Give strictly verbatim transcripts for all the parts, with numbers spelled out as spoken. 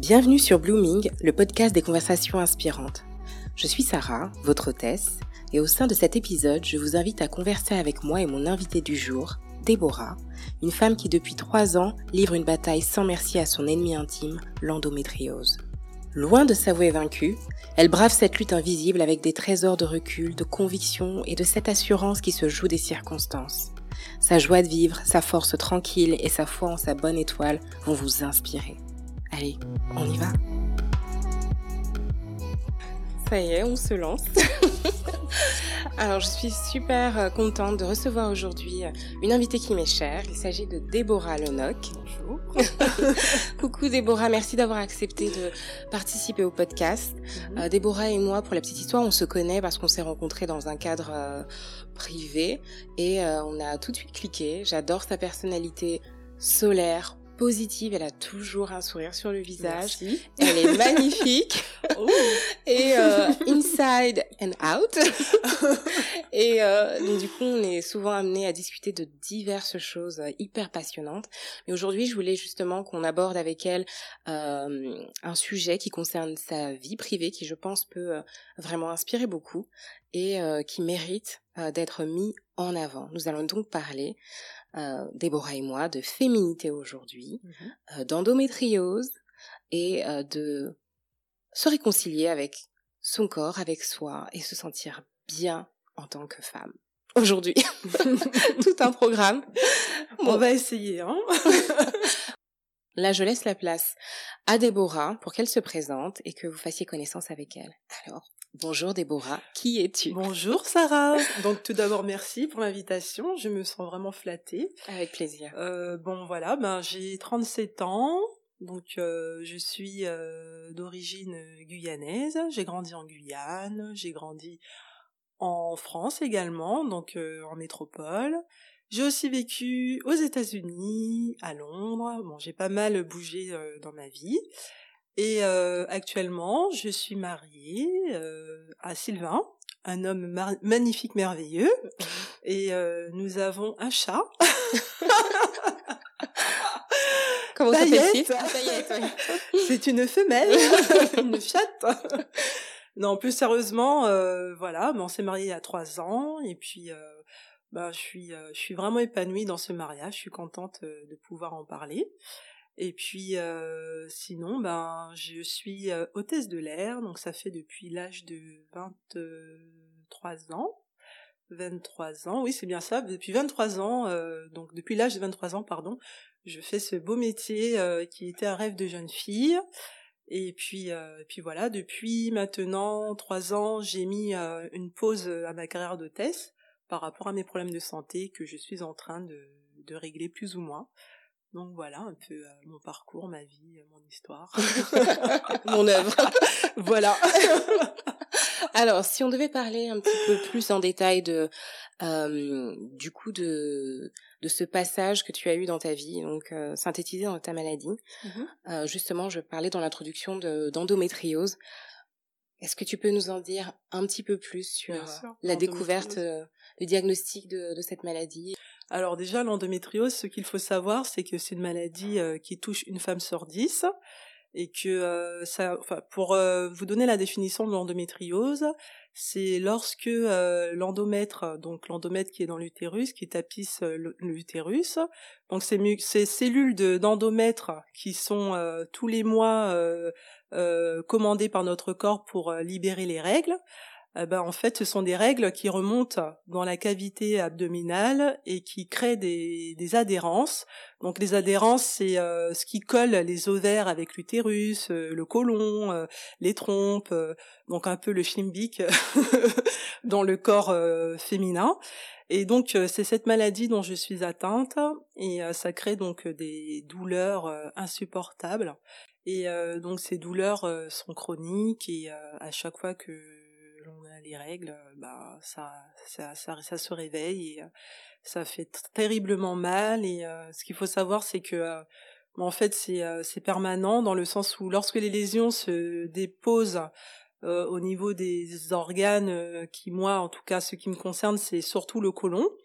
Bienvenue sur Blooming, le podcast des conversations inspirantes. Je suis Sarah, votre hôtesse, et au sein de cet épisode, je vous invite à converser avec moi et mon invitée du jour, Déborah, une femme qui depuis trois ans livre une bataille sans merci à son ennemi intime, l'endométriose. Loin de s'avouer vaincue, elle brave cette lutte invisible avec des trésors de recul, de conviction et de cette assurance qui se joue des circonstances. Sa joie de vivre, sa force tranquille et sa foi en sa bonne étoile vont vous inspirer. Allez, on y va. Ça y est, on se lance. Alors, je suis super contente de recevoir aujourd'hui une invitée qui m'est chère. Il s'agit de Déborah Lennox. Bonjour. Coucou Déborah, merci d'avoir accepté de participer au podcast. Mm-hmm. Euh, Déborah et moi, pour la petite histoire, on se connaît parce qu'on s'est rencontrés dans un cadre euh, privé et euh, on a tout de suite cliqué. J'adore sa personnalité solaire, positive, elle a toujours un sourire sur le visage. Merci. Elle est magnifique. Oh. Et euh, inside and out. Et euh, donc du coup, on est souvent amené à discuter de diverses choses hyper passionnantes. Mais aujourd'hui, je voulais justement qu'on aborde avec elle euh, un sujet qui concerne sa vie privée, qui je pense peut euh, vraiment inspirer beaucoup et euh, qui mérite euh, d'être mis en avant. Nous allons donc parler Euh, Déborah et moi, de féminité aujourd'hui, mmh. euh, d'endométriose et euh, de se réconcilier avec son corps, avec soi et se sentir bien en tant que femme. Aujourd'hui, tout un programme. Bon. On va essayer, hein. Là, je laisse la place à Déborah pour qu'elle se présente et que vous fassiez connaissance avec elle. Alors, bonjour Déborah, qui es-tu ? Bonjour Sarah. Donc tout d'abord, merci pour l'invitation. Je me sens vraiment flattée. Avec plaisir. Euh, bon voilà, ben j'ai trente-sept ans. Donc euh, je suis euh, d'origine guyanaise. J'ai grandi en Guyane. J'ai grandi en France également, donc euh, en métropole. J'ai aussi vécu aux États-Unis, à Londres. Bon, j'ai pas mal bougé euh, dans ma vie. Et euh, actuellement, je suis mariée euh, à Sylvain, un homme mar- magnifique, merveilleux. Et euh, nous avons un chat. Comment s'appelle-t-il ? Paillette, oui. C'est une femelle, une chatte. Non, plus sérieusement, euh, voilà, ben, on s'est mariés il y a trois ans. Et puis... Euh, Ben, je suis, euh, je suis vraiment épanouie dans ce mariage, je suis contente euh, de pouvoir en parler. Et puis, euh, sinon, ben, je suis euh, hôtesse de l'air, donc ça fait depuis l'âge de vingt-trois ans. vingt-trois ans, oui, c'est bien ça, depuis vingt-trois ans, euh, donc depuis l'âge de vingt-trois ans, pardon, je fais ce beau métier euh, qui était un rêve de jeune fille. Et puis, euh, puis voilà, depuis maintenant trois ans, j'ai mis euh, une pause à ma carrière d'hôtesse par rapport à mes problèmes de santé que je suis en train de, de régler plus ou moins. Donc voilà un peu euh, mon parcours, ma vie, mon histoire. Mon œuvre. Voilà. Alors, si on devait parler un petit peu plus en détail de, euh, du coup, de, de ce passage que tu as eu dans ta vie, donc euh, synthétisé dans ta maladie. Mm-hmm. Euh, justement, je parlais dans l'introduction de, d'endométriose. Est-ce que tu peux nous en dire un petit peu plus sur sûr, la découverte, euh, le diagnostic de, de cette maladie ? Alors déjà, l'endométriose, ce qu'il faut savoir, c'est que c'est une maladie euh, qui touche une femme sur dix et que euh, ça, enfin, pour euh, vous donner la définition de l'endométriose, c'est lorsque euh, l'endomètre, donc l'endomètre qui est dans l'utérus, qui tapisse euh, l'utérus, donc ces, mu- ces cellules de, d'endomètre qui sont euh, tous les mois euh, euh, commandées par notre corps pour euh, libérer les règles. Eh ben, en fait, ce sont des règles qui remontent dans la cavité abdominale et qui créent des, des adhérences. Donc, les adhérences, c'est euh, ce qui colle les ovaires avec l'utérus, euh, le côlon, euh, les trompes, euh, donc un peu le schlimmbik dans le corps euh, féminin. Et donc, euh, c'est cette maladie dont je suis atteinte et euh, ça crée donc des douleurs euh, insupportables. Et euh, donc, ces douleurs euh, sont chroniques et euh, à chaque fois que on a les règles, bah ça, ça, ça, ça se réveille et euh, ça fait t- terriblement mal. Et euh, ce qu'il faut savoir, c'est que, euh, en fait, c'est, euh, c'est permanent dans le sens où lorsque les lésions se déposent euh, au niveau des organes, euh, qui moi, en tout cas, ce qui me concerne, c'est surtout le côlon.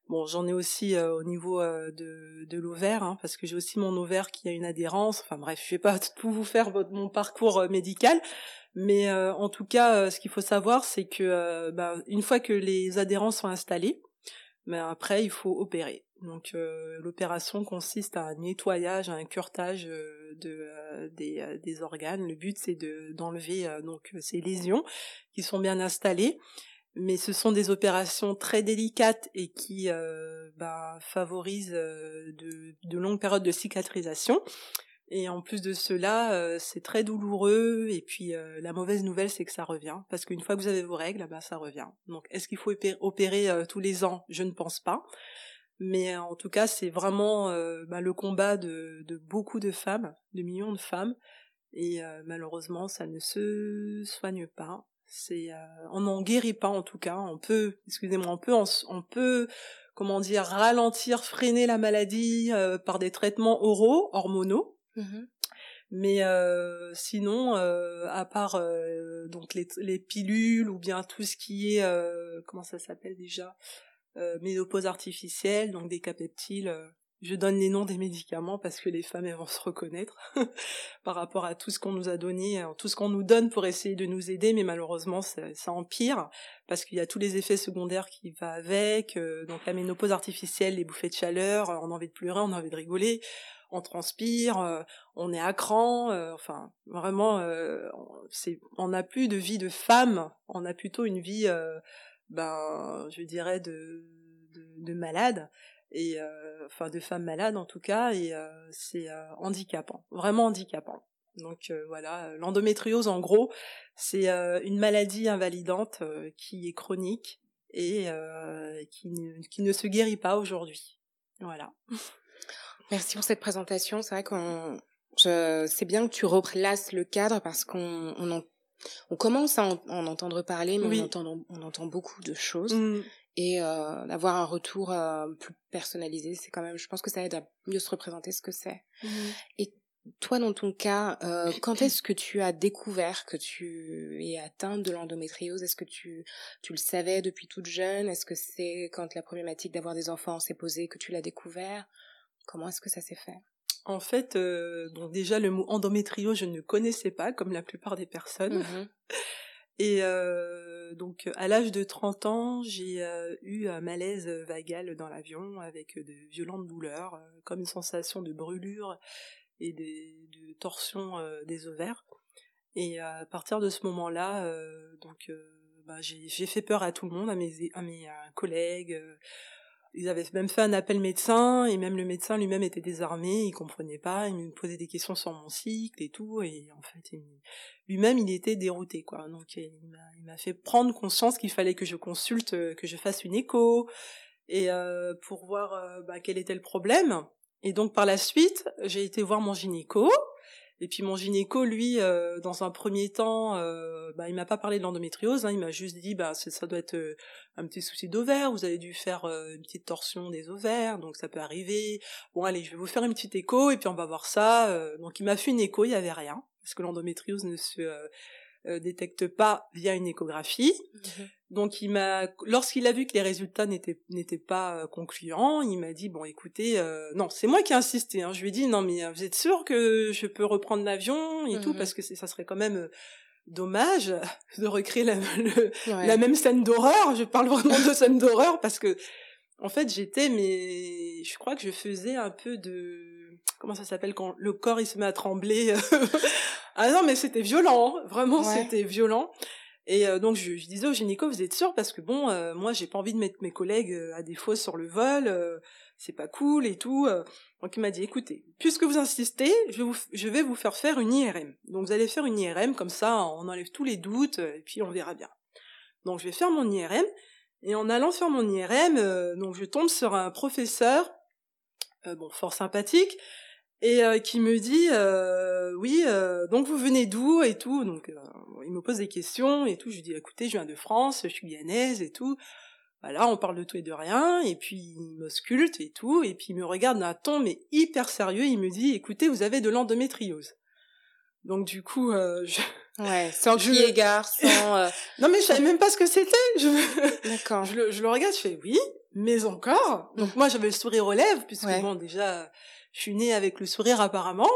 Bon, j'en ai aussi euh, au niveau euh, de, de l'ovaire, hein, parce que j'ai aussi mon ovaire qui a une adhérence. Enfin bref, je vais pas tout vous faire votre, mon parcours euh, médical, mais euh, en tout cas, euh, ce qu'il faut savoir, c'est que euh, bah, une fois que les adhérences sont installées, bah, après il faut opérer. Donc euh, l'opération consiste à un nettoyage, à un curetage euh, de euh, des, euh, des organes. Le but c'est de d'enlever euh, donc ces lésions qui sont bien installées. Mais ce sont des opérations très délicates et qui euh, bah, favorisent euh, de, de longues périodes de cicatrisation. Et en plus de cela, euh, c'est très douloureux. Et puis euh, la mauvaise nouvelle, c'est que ça revient. Parce qu'une fois que vous avez vos règles, bah, ça revient. Donc est-ce qu'il faut opérer, opérer euh, tous les ans? Je ne pense pas. Mais euh, en tout cas, c'est vraiment euh, bah, le combat de, de beaucoup de femmes, de millions de femmes. Et euh, malheureusement, ça ne se soigne pas. C'est, euh, on n'en guérit pas en tout cas. On peut, excusez-moi, on peut, on, on peut, comment dire, ralentir, freiner la maladie euh, par des traitements oraux, hormonaux. Mm-hmm. Mais euh, sinon, euh, à part euh, donc les, les pilules ou bien tout ce qui est, euh, comment ça s'appelle déjà, euh, ménopause artificielle, donc des capeptiles. Euh, Je donne les noms des médicaments parce que les femmes, elles vont se reconnaître par rapport à tout ce qu'on nous a donné, tout ce qu'on nous donne pour essayer de nous aider, mais malheureusement, ça, ça empire parce qu'il y a tous les effets secondaires qui vont avec, euh, donc la ménopause artificielle, les bouffées de chaleur, on a envie de pleurer, on a envie de rigoler, on transpire, euh, on est à cran, euh, enfin, vraiment, euh, c'est, on n'a plus de vie de femme, on a plutôt une vie, euh, ben, je dirais, de, de, de malade. Et euh, enfin de femmes malades en tout cas, et euh, c'est euh, handicapant, vraiment handicapant. Donc euh, voilà, l'endométriose en gros, c'est euh, une maladie invalidante euh, qui est chronique et euh, qui, ne, qui ne se guérit pas aujourd'hui. Voilà. Merci pour cette présentation. C'est vrai qu'on, je, c'est bien que tu replaces le cadre parce qu'on on, en, on commence à en, en entendre parler, mais oui. on, entend, on entend beaucoup de choses. Mmh. Et euh, d'avoir un retour euh, plus personnalisé, c'est quand même, je pense que ça aide à mieux se représenter ce que c'est. Mmh. Et toi, dans ton cas, euh, quand est-ce que tu as découvert que tu es atteinte de l'endométriose? Est-ce que tu, tu le savais depuis toute jeune? Est-ce que c'est quand la problématique d'avoir des enfants s'est posée que tu l'as découvert? Comment est-ce que ça s'est fait? En fait, euh, donc déjà le mot endométriose, je ne connaissais pas, comme la plupart des personnes. Mmh. Et euh, donc à l'âge de trente ans, j'ai euh, eu un malaise vagal dans l'avion avec de violentes douleurs, euh, comme une sensation de brûlure et de, de torsion euh, des ovaires. Et à partir de ce moment-là, euh, donc euh, bah, j'ai, j'ai fait peur à tout le monde, à mes, à mes à collègues. Euh, Ils avaient même fait un appel médecin, et même le médecin lui-même était désarmé, il comprenait pas, il me posait des questions sur mon cycle et tout, et en fait, il, lui-même, il était dérouté, quoi. Donc, il m'a, il m'a fait prendre conscience qu'il fallait que je consulte, que je fasse une écho, et euh, pour voir euh, bah, quel était le problème. Et donc, par la suite, j'ai été voir mon gynéco, et puis mon gynéco, lui, euh, dans un premier temps, euh, bah, il m'a pas parlé de l'endométriose, hein, il m'a juste dit, bah, c'est, ça doit être euh, un petit souci d'ovaire, vous avez dû faire euh, une petite torsion des ovaires, donc ça peut arriver. Bon, allez, je vais vous faire une petite écho, et puis on va voir ça. Euh, donc il m'a fait une écho, il y avait rien, parce que l'endométriose ne se euh, euh, détecte pas via une échographie. Mmh. Donc il m'a, lorsqu'il a vu que les résultats n'étaient n'étaient pas euh, concluants, il m'a dit bon écoutez, euh, non c'est moi qui ai insisté, hein. Je lui ai dit non mais vous êtes sûr que je peux reprendre l'avion et mmh. tout, parce que c'est, ça serait quand même euh, dommage de recréer la, le, ouais. la même scène d'horreur. Je parle vraiment de scène d'horreur parce que en fait j'étais, mais je crois que je faisais un peu de, comment ça s'appelle quand le corps il se met à trembler. Ah non mais c'était violent, hein. Vraiment ouais. C'était violent. Et euh, donc je, je disais au gynéco, vous êtes sûr, parce que bon, euh, moi j'ai pas envie de mettre mes collègues euh, à défaut sur le vol, euh, c'est pas cool et tout. Euh. Donc il m'a dit, écoutez, puisque vous insistez, je vais vous, je vais vous faire faire une I R M. Donc vous allez faire une I R M, comme ça on enlève tous les doutes, et puis on verra bien. Donc je vais faire mon I R M, et en allant faire mon I R M, euh, donc je tombe sur un professeur, euh, bon fort sympathique, et euh, qui me dit euh, oui euh, donc vous venez d'où et tout, donc euh, il me pose des questions et tout, je lui dis écoutez je viens de France, je suis guyanaise et tout, voilà on parle de tout et de rien, et puis il m'ausculte et tout, et puis il me regarde d'un ton mais hyper sérieux, il me dit écoutez vous avez de l'endométriose. Donc du coup euh, je ouais sans crier gare, sans euh... non mais je savais même pas ce que c'était. Je D'accord. je le je le regarde, je fais oui. mais encore. Donc moi, j'avais le sourire aux lèvres, puisque Ouais. bon, déjà, je suis née avec le sourire apparemment.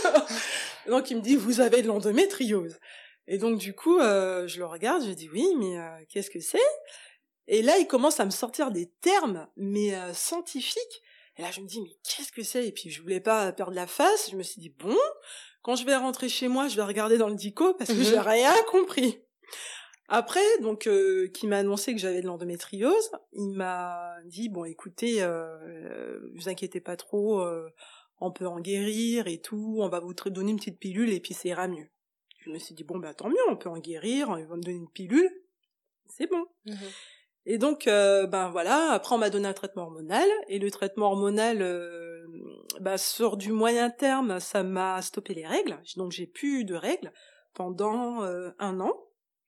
Donc il me dit, vous avez de l'endométriose. Et donc du coup, euh, je le regarde, je dis, oui, mais euh, qu'est-ce que c'est? Et là, il commence à me sortir des termes, mais euh, scientifiques. Et là, je me dis, mais qu'est-ce que c'est? Et puis, je voulais pas perdre la face. Je me suis dit, bon, quand je vais rentrer chez moi, je vais regarder dans le dico parce que Mhm. j'ai rien compris. Après, donc, euh, qui m'a annoncé que j'avais de l'endométriose, il m'a dit, bon, écoutez, euh, euh, vous inquiétez pas trop, euh, on peut en guérir et tout, on va vous tra- donner une petite pilule et puis ça ira mieux. Je me suis dit, bon, bah tant mieux, on peut en guérir, ils vont me donner une pilule, c'est bon. Mhm. Et donc, euh, ben voilà, après on m'a donné un traitement hormonal, et le traitement hormonal, euh, bah, sur du moyen terme, ça m'a stoppé les règles, donc j'ai plus de règles pendant euh, un an.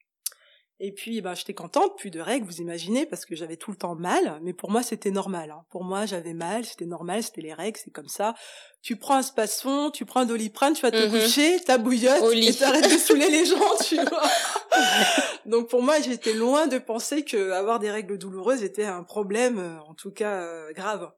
Et puis, ben, j'étais contente, plus de règles, vous imaginez, parce que j'avais tout le temps mal, mais pour moi, c'était normal. Hein. Pour moi, j'avais mal, c'était normal, c'était les règles, c'est comme ça. Tu prends un spasson, tu prends un Doliprane, tu vas te Mhm. coucher, ta bouillotte, Au lit. et t'arrêtes de saouler les gens, tu vois. Donc pour moi, j'étais loin de penser que avoir des règles douloureuses était un problème, euh, en tout cas euh, grave.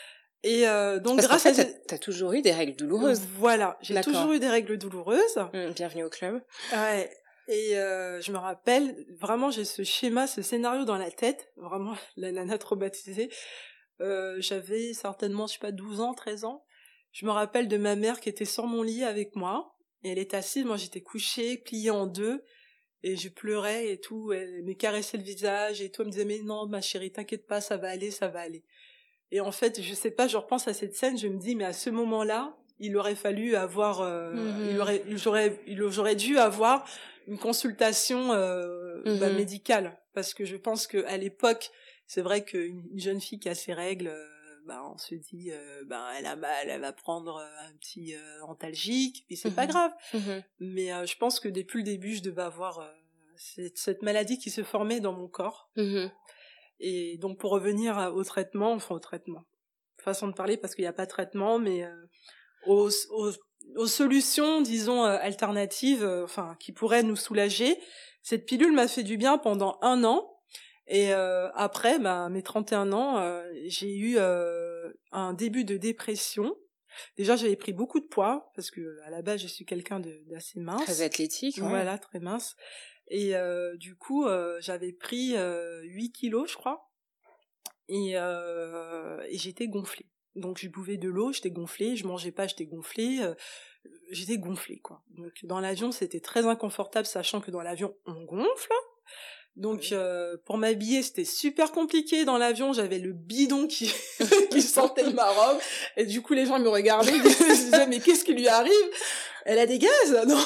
Et euh, donc Parce qu'en grâce fait, à t'as, t'as toujours eu des règles douloureuses. voilà, j'ai D'accord. toujours eu des règles douloureuses. Hum, bienvenue au club. Ouais. Et euh, je me rappelle, vraiment, j'ai ce schéma, ce scénario dans la tête, vraiment, la nana traumatisée. Euh, j'avais certainement, je sais pas, douze ans, treize ans. Je me rappelle de ma mère qui était sur mon lit avec moi, et elle était assise, moi j'étais couchée, pliée en deux, et je pleurais et tout, elle me caressait le visage et tout, elle me disait, mais non, ma chérie, t'inquiète pas, ça va aller, ça va aller. Et en fait, je sais pas, je repense à cette scène, je me dis, mais à ce moment-là, il aurait fallu avoir, euh, Mhm. il aurait, j'aurais, il j'aurais dû avoir une consultation euh, bah, Mhm. médicale, parce que je pense que à l'époque, c'est vrai qu'une une jeune fille qui a ses règles, euh, bah, on se dit, euh, bah, elle a mal, elle va prendre euh, un petit euh, antalgique, et c'est Mhm. pas grave. Mhm. Mais euh, je pense que depuis le début, je devais avoir euh, cette, cette maladie qui se formait dans mon corps. Mhm. Et donc pour revenir à- au traitement, enfin au traitement, façon de parler parce qu'il n'y a pas de traitement, mais euh, aux, aux, aux solutions, disons, euh, alternatives, euh, enfin qui pourraient nous soulager. Cette pilule m'a fait du bien pendant un an. Et euh, après, bah, mes trente et un ans, euh, j'ai eu euh, un début de dépression. Déjà, j'avais pris beaucoup de poids parce que à la base, je suis quelqu'un de- d'assez mince. Très athlétique, ouais. Voilà, très mince. Et euh, du coup, euh, j'avais pris euh, huit kilos, je crois, et, euh, et j'étais gonflée. Donc, je buvais de l'eau, j'étais gonflée, je mangeais pas, j'étais gonflée, euh, j'étais gonflée, quoi. Donc, dans l'avion, c'était très inconfortable, sachant que dans l'avion, on gonfle. Donc, euh, pour m'habiller, c'était super compliqué. Dans l'avion, j'avais le bidon qui, qui sentait de ma robe. Et du coup, les gens me regardaient, ils se disaient, mais qu'est-ce qui lui arrive? Elle a des gaz? Non.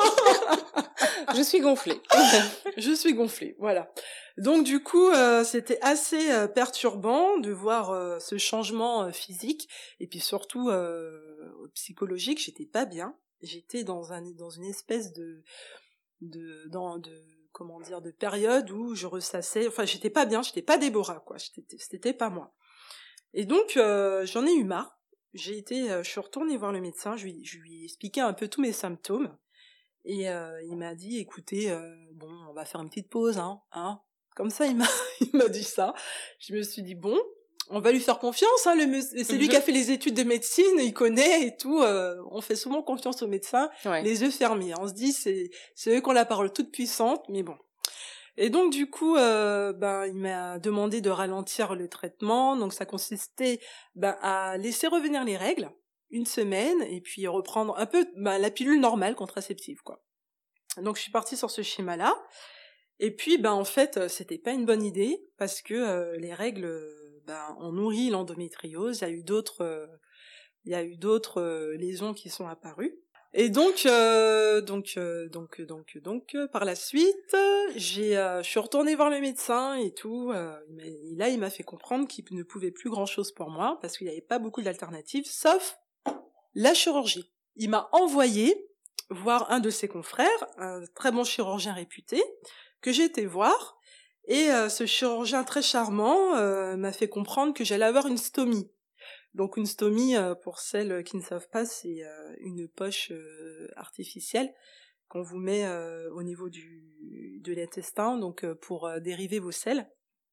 Je suis gonflée. Je suis gonflée, voilà. Donc du coup, euh, c'était assez euh, perturbant de voir euh, ce changement euh, physique et puis surtout euh, psychologique. J'étais pas bien. J'étais dans un dans une espèce de de dans de comment dire de période où je ressassais. Enfin, j'étais pas bien. J'étais pas Déborah, quoi. J'étais c'était pas moi. Et donc euh, j'en ai eu marre. J'ai été, euh, je suis retournée voir le médecin. Je lui je lui ai expliqué un peu tous mes symptômes. Et euh, il m'a dit, écoutez, euh, bon, on va faire une petite pause, hein, hein. Comme ça, il m'a, il m'a dit ça. Je me suis dit, bon, on va lui faire confiance, hein, le mus- c'est lui Mhm. qui a fait les études de médecine, il connaît et tout. Euh, on fait souvent confiance aux médecins, Ouais. les yeux fermés. On se dit, c'est, c'est eux qui ont la parole toute puissante, mais bon. Et donc du coup, euh, ben, il m'a demandé de ralentir le traitement. Donc ça consistait ben, à laisser revenir les règles une semaine et puis reprendre un peu ben, la pilule normale contraceptive, quoi. Donc je suis partie sur ce schéma-là. Et puis ben en fait, euh, c'était pas une bonne idée parce que euh, les règles euh, ben ont nourri l'endométriose. Il y a eu d'autres, euh, il y a eu d'autres euh, lésions qui sont apparues. Et donc, euh, donc, euh, donc, donc, donc, euh, par la suite, euh, j'ai, euh, je suis retournée voir le médecin et tout. Euh, il m'a- et là, il m'a fait comprendre qu'il ne pouvait plus grand-chose pour moi parce qu'il n'y avait pas beaucoup d'alternatives, sauf la chirurgie. Il m'a envoyé voir un de ses confrères, un très bon chirurgien réputé, que j'ai été voir. Et euh, ce chirurgien très charmant euh, m'a fait comprendre que j'allais avoir une stomie. Donc une stomie, euh, pour celles qui ne savent pas, c'est euh, une poche euh, artificielle qu'on vous met euh, au niveau du de l'intestin, donc euh, pour euh, dériver vos selles.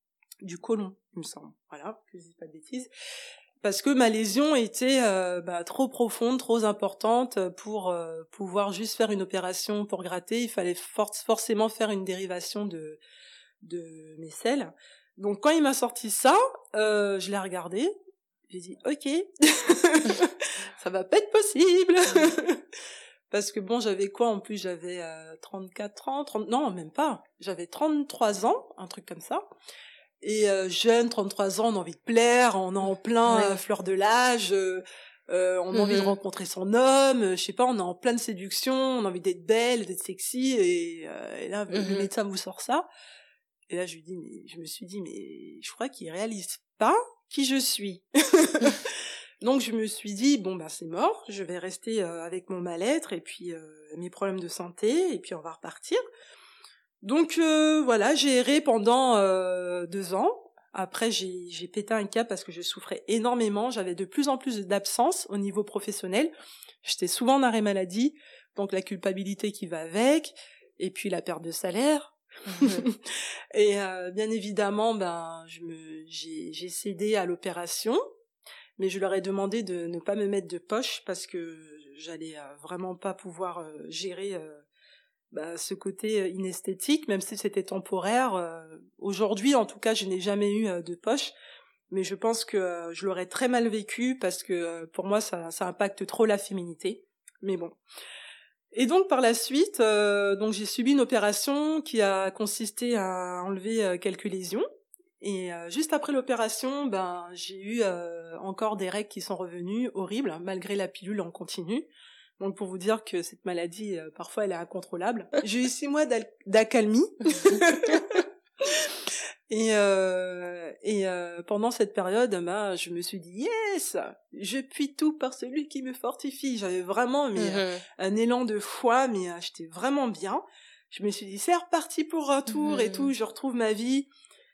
du côlon, il me semble. Voilà, que je dis pas de bêtises. Parce que ma lésion était euh, bah, trop profonde, trop importante pour euh, pouvoir juste faire une opération pour gratter. Il fallait for- forcément faire une dérivation de, de mes selles. Donc quand il m'a sorti ça, euh, je l'ai regardé, j'ai dit ok, ça va pas être possible. Parce que bon, j'avais quoi en plus, j'avais euh, trente-quatre ans, trente non même pas, j'avais trente-trois ans, un truc comme ça. Et euh, jeune, trente-trois ans, on a envie de plaire, on est en plein Ouais. euh, fleur de l'âge, euh, euh, on a Mm-hmm. envie de rencontrer son homme, euh, je sais pas, on est en pleine séduction, on a envie d'être belle, d'être sexy, et, euh, et là, Mm-hmm. le médecin vous sort ça. Et là, je lui dis, mais je me suis dit, mais je crois qu'il réalise pas qui je suis. Donc, je me suis dit, bon, ben, c'est mort, je vais rester euh, avec mon mal-être, et puis euh, mes problèmes de santé, et puis on va repartir. Donc euh, voilà, j'ai erré pendant euh, deux ans. Après, j'ai, j'ai pété un câble parce que je souffrais énormément. J'avais de plus en plus d'absence au niveau professionnel. J'étais souvent en arrêt maladie, donc la culpabilité qui va avec, et puis la perte de salaire. Mmh. Et euh, bien évidemment, ben, je me, j'ai, j'ai cédé à l'opération, mais je leur ai demandé de ne pas me mettre de poche parce que j'allais euh, vraiment pas pouvoir euh, gérer... Euh, Bah, ce côté inesthétique, même si c'était temporaire. Euh, aujourd'hui, en tout cas, je n'ai jamais eu euh, de poche, mais je pense que euh, je l'aurais très mal vécu parce que euh, pour moi, ça, ça impacte trop la féminité. Mais bon. Et donc, par la suite, euh, donc j'ai subi une opération qui a consisté à enlever euh, quelques lésions. Et euh, juste après l'opération, ben j'ai eu euh, encore des règles qui sont revenues horribles, malgré la pilule en continu. Donc pour vous dire que cette maladie, euh, parfois, elle est incontrôlable. J'ai eu six mois d'al- d'accalmie. et euh, et euh, pendant cette période, bah, je me suis dit, yes, je puis tout par celui qui me fortifie. J'avais vraiment mais, Mm-hmm. euh, un élan de foi, mais euh, j'étais vraiment bien. Je me suis dit, c'est reparti pour un tour Mm-hmm. et tout, je retrouve ma vie.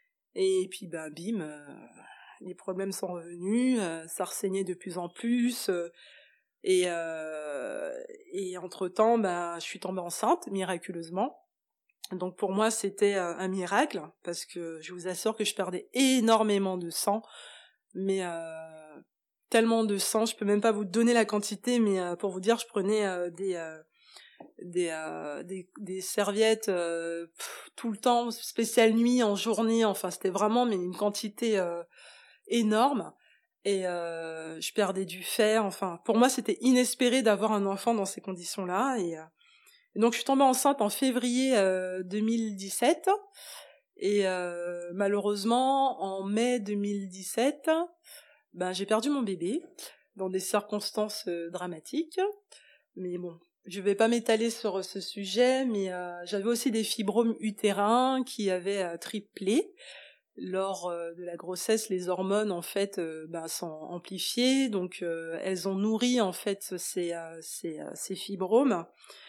Et puis, bah, bim, euh, les problèmes sont revenus, euh, ça ressaignait de plus en plus... Euh, Et, euh, et entre-temps, bah, je suis tombée enceinte, miraculeusement. Donc pour moi, c'était euh, un miracle, parce que je vous assure que je perdais énormément de sang, mais euh, tellement de sang, je peux même pas vous donner la quantité, mais euh, pour vous dire, je prenais euh, des, euh, des, euh, des des serviettes euh, pff, tout le temps, spéciale nuit, en journée, enfin c'était vraiment mais une quantité euh, énorme. Et euh, je perdais du fer, enfin, pour moi, c'était inespéré d'avoir un enfant dans ces conditions-là. Et, euh, et donc, je suis tombée enceinte en février euh, deux mille dix-sept. Et euh, malheureusement, en mai deux mille dix-sept, ben, j'ai perdu mon bébé dans des circonstances euh, dramatiques. Mais bon, je vais pas m'étaler sur ce sujet, mais euh, j'avais aussi des fibromes utérins qui avaient euh, triplé. Lors euh, de la grossesse, les hormones en fait euh, ben, sont amplifiées, donc euh, elles ont nourri en fait ces, euh, ces, euh, ces fibromes.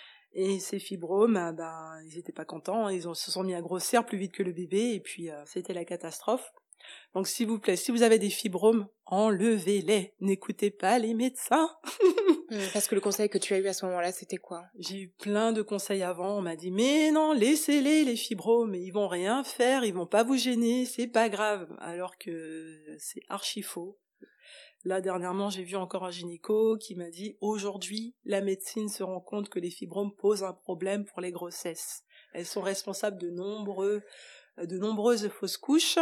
Et ces fibromes, euh, ben ils étaient pas contents, hein, ils ont, se sont mis à grossir plus vite que le bébé, et puis euh, c'était la catastrophe. Donc s'il vous plaît, si vous avez des fibromes, enlevez-les, n'écoutez pas les médecins. Parce que le conseil que tu as eu à ce moment-là, c'était quoi? J'ai eu plein de conseils avant, on m'a dit mais non, laissez-les les fibromes, ils vont rien faire, ils vont pas vous gêner, c'est pas grave, alors que c'est archi faux. Là dernièrement, j'ai vu encore un gynéco qui m'a dit aujourd'hui, la médecine se rend compte que les fibromes posent un problème pour les grossesses. Elles sont responsables de nombreux de nombreuses fausses couches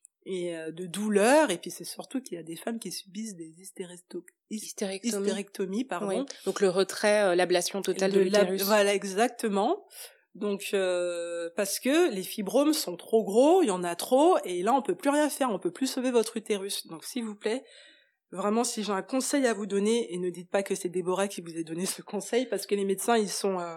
et euh, de douleurs, et puis c'est surtout qu'il y a des femmes qui subissent des hystérecto- Hystérectomie. hystérectomies, pardon. Oui. Donc le retrait, euh, l'ablation totale de, de l'utérus. La, voilà, exactement. Donc euh, parce que les fibromes sont trop gros, il y en a trop, et là on peut plus rien faire, on peut plus sauver votre utérus. Donc s'il vous plaît, vraiment si j'ai un conseil à vous donner, et ne dites pas que c'est Déborah qui vous a donné ce conseil, parce que les médecins ils sont, euh,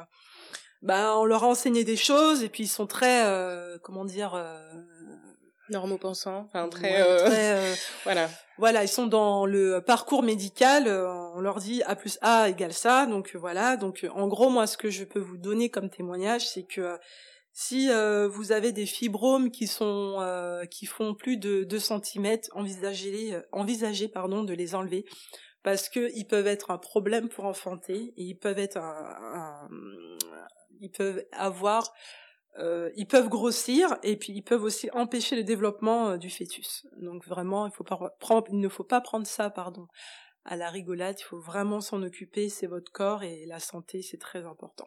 bah on leur a enseigné des choses, et puis ils sont très, euh, comment dire. Euh, normaux-pensants, enfin très, ouais, euh... très euh, voilà. Voilà, ils sont dans le parcours médical, euh, on leur dit A plus A égale ça, donc euh, voilà. Donc euh, en gros, moi, ce que je peux vous donner comme témoignage, c'est que euh, si euh, vous avez des fibromes qui sont euh, qui font plus de deux centimètres, envisagez, euh, envisagez pardon, de les enlever, parce que ils peuvent être un problème pour enfanter, et ils peuvent être un, un ils peuvent avoir euh, ils peuvent grossir et puis ils peuvent aussi empêcher le développement euh, du fœtus. Donc vraiment, il faut pas prendre, il ne faut pas prendre ça, pardon, à la rigolade. Il faut vraiment s'en occuper. C'est votre corps et la santé, c'est très important.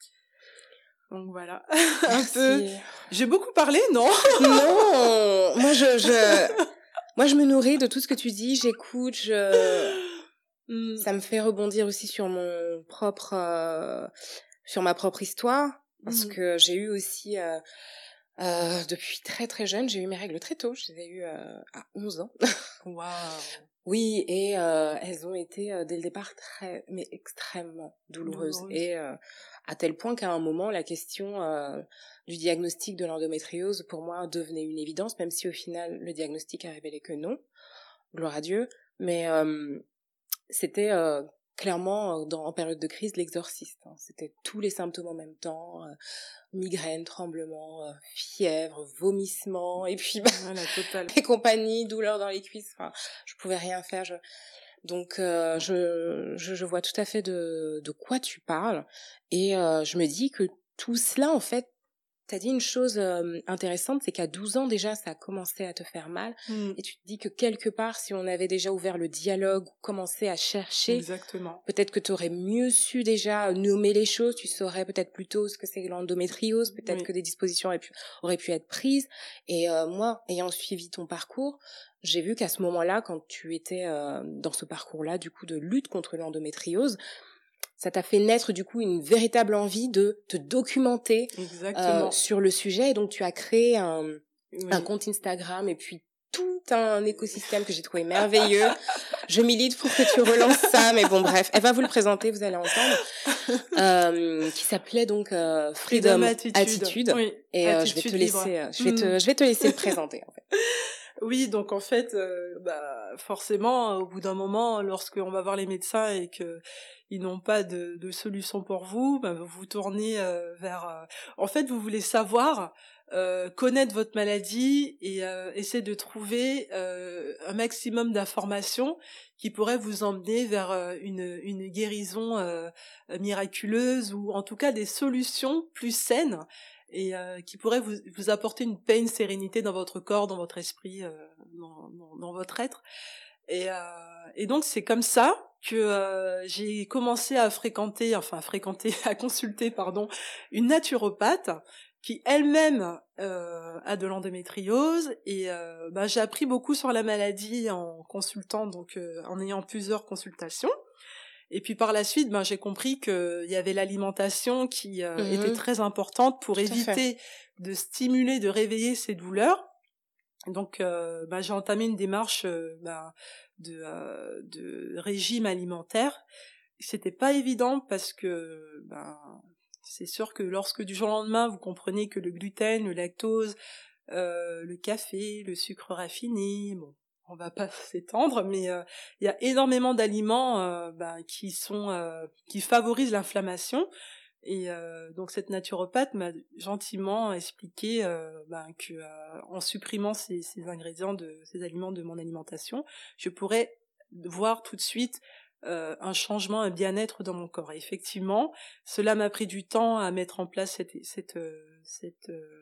Donc voilà, un peu. J'ai beaucoup parlé, non? Non, moi je, je, moi je me nourris de tout ce que tu dis. J'écoute, je, mm. ça me fait rebondir aussi sur mon propre, euh, sur ma propre histoire, parce mm. que j'ai eu aussi, euh, euh, depuis très très jeune, j'ai eu mes règles très tôt. Je les ai eues euh, à onze ans. Waouh. Oui, et euh, elles ont été euh, dès le départ très, mais extrêmement douloureuses. Douloureuse. Et euh, à tel point qu'à un moment, la question euh, du diagnostic de l'endométriose, pour moi, devenait une évidence, même si au final, le diagnostic a révélé que non, gloire à Dieu. Mais euh, c'était euh, clairement, dans, en période de crise, l'exorciste. Hein. C'était tous les symptômes en même temps, euh, migraine, tremblement, euh, fièvre, vomissement, et puis bah, voilà, total. et compagnie, douleur dans les cuisses. Enfin, je pouvais rien faire. Je... Donc, euh, je, je je vois tout à fait de de quoi tu parles, et euh, je me dis que tout cela, en fait, t'as dit une chose euh, intéressante, c'est qu'à douze ans déjà, ça a commencé à te faire mal, mm. et tu te dis que quelque part, si on avait déjà ouvert le dialogue, commencé à chercher, exactement, peut-être que t'aurais mieux su déjà nommer les choses, tu saurais peut-être plus tôt ce que c'est l'endométriose, peut-être oui. que des dispositions auraient pu, auraient pu être prises. Et euh, moi, ayant suivi ton parcours, j'ai vu qu'à ce moment-là, quand tu étais euh, dans ce parcours-là, du coup, de lutte contre l'endométriose, ça t'a fait naître du coup une véritable envie de te documenter euh, sur le sujet, et donc tu as créé un, oui. un compte Instagram et puis tout un écosystème que j'ai trouvé merveilleux. Je milite pour que tu relances ça, mais bon bref, elle va vous le présenter, vous allez entendre, euh, qui s'appelait donc euh, Freedom, Freedom Attitude, Attitude. Oui. Et euh, Attitude je vais te libre. laisser, euh, je vais mm. te, je vais te laisser le présenter en fait. Oui, donc en fait, euh, bah forcément, au bout d'un moment, lorsqu'on va voir les médecins et que ils n'ont pas de, de solution pour vous, bah, vous vous tournez euh, vers. Euh... En fait, vous voulez savoir, euh, connaître votre maladie et euh, essayer de trouver euh, un maximum d'informations qui pourraient vous emmener vers euh, une, une guérison euh, miraculeuse, ou en tout cas des solutions plus saines, et euh, qui pourrait vous, vous apporter une paix, une sérénité dans votre corps, dans votre esprit, euh, dans, dans, dans votre être. Et, euh, et donc c'est comme ça que euh, j'ai commencé à fréquenter, enfin à fréquenter, à consulter, pardon, une naturopathe qui elle-même euh, a de l'endométriose, et euh, bah, j'ai appris beaucoup sur la maladie en consultant, donc euh, en ayant plusieurs consultations. Et puis par la suite, ben j'ai compris que il y avait l'alimentation qui euh, mmh. était très importante pour Tout éviter de stimuler, de réveiller ces douleurs. Donc, euh, ben, j'ai entamé une démarche euh, ben, de, euh, de régime alimentaire. C'était pas évident parce que ben c'est sûr que lorsque du jour au lendemain vous comprenez que le gluten, le lactose, euh, le café, le sucre raffiné, bon. On va pas s'étendre, mais il euh, y a énormément d'aliments euh, ben, qui sont euh, qui favorisent l'inflammation, et euh, donc cette naturopathe m'a gentiment expliqué euh, ben, que euh, en supprimant ces, ces ingrédients de ces aliments de mon alimentation, je pourrais voir tout de suite euh, un changement, un bien-être dans mon corps. Et effectivement, cela m'a pris du temps à mettre en place cette cette cette euh,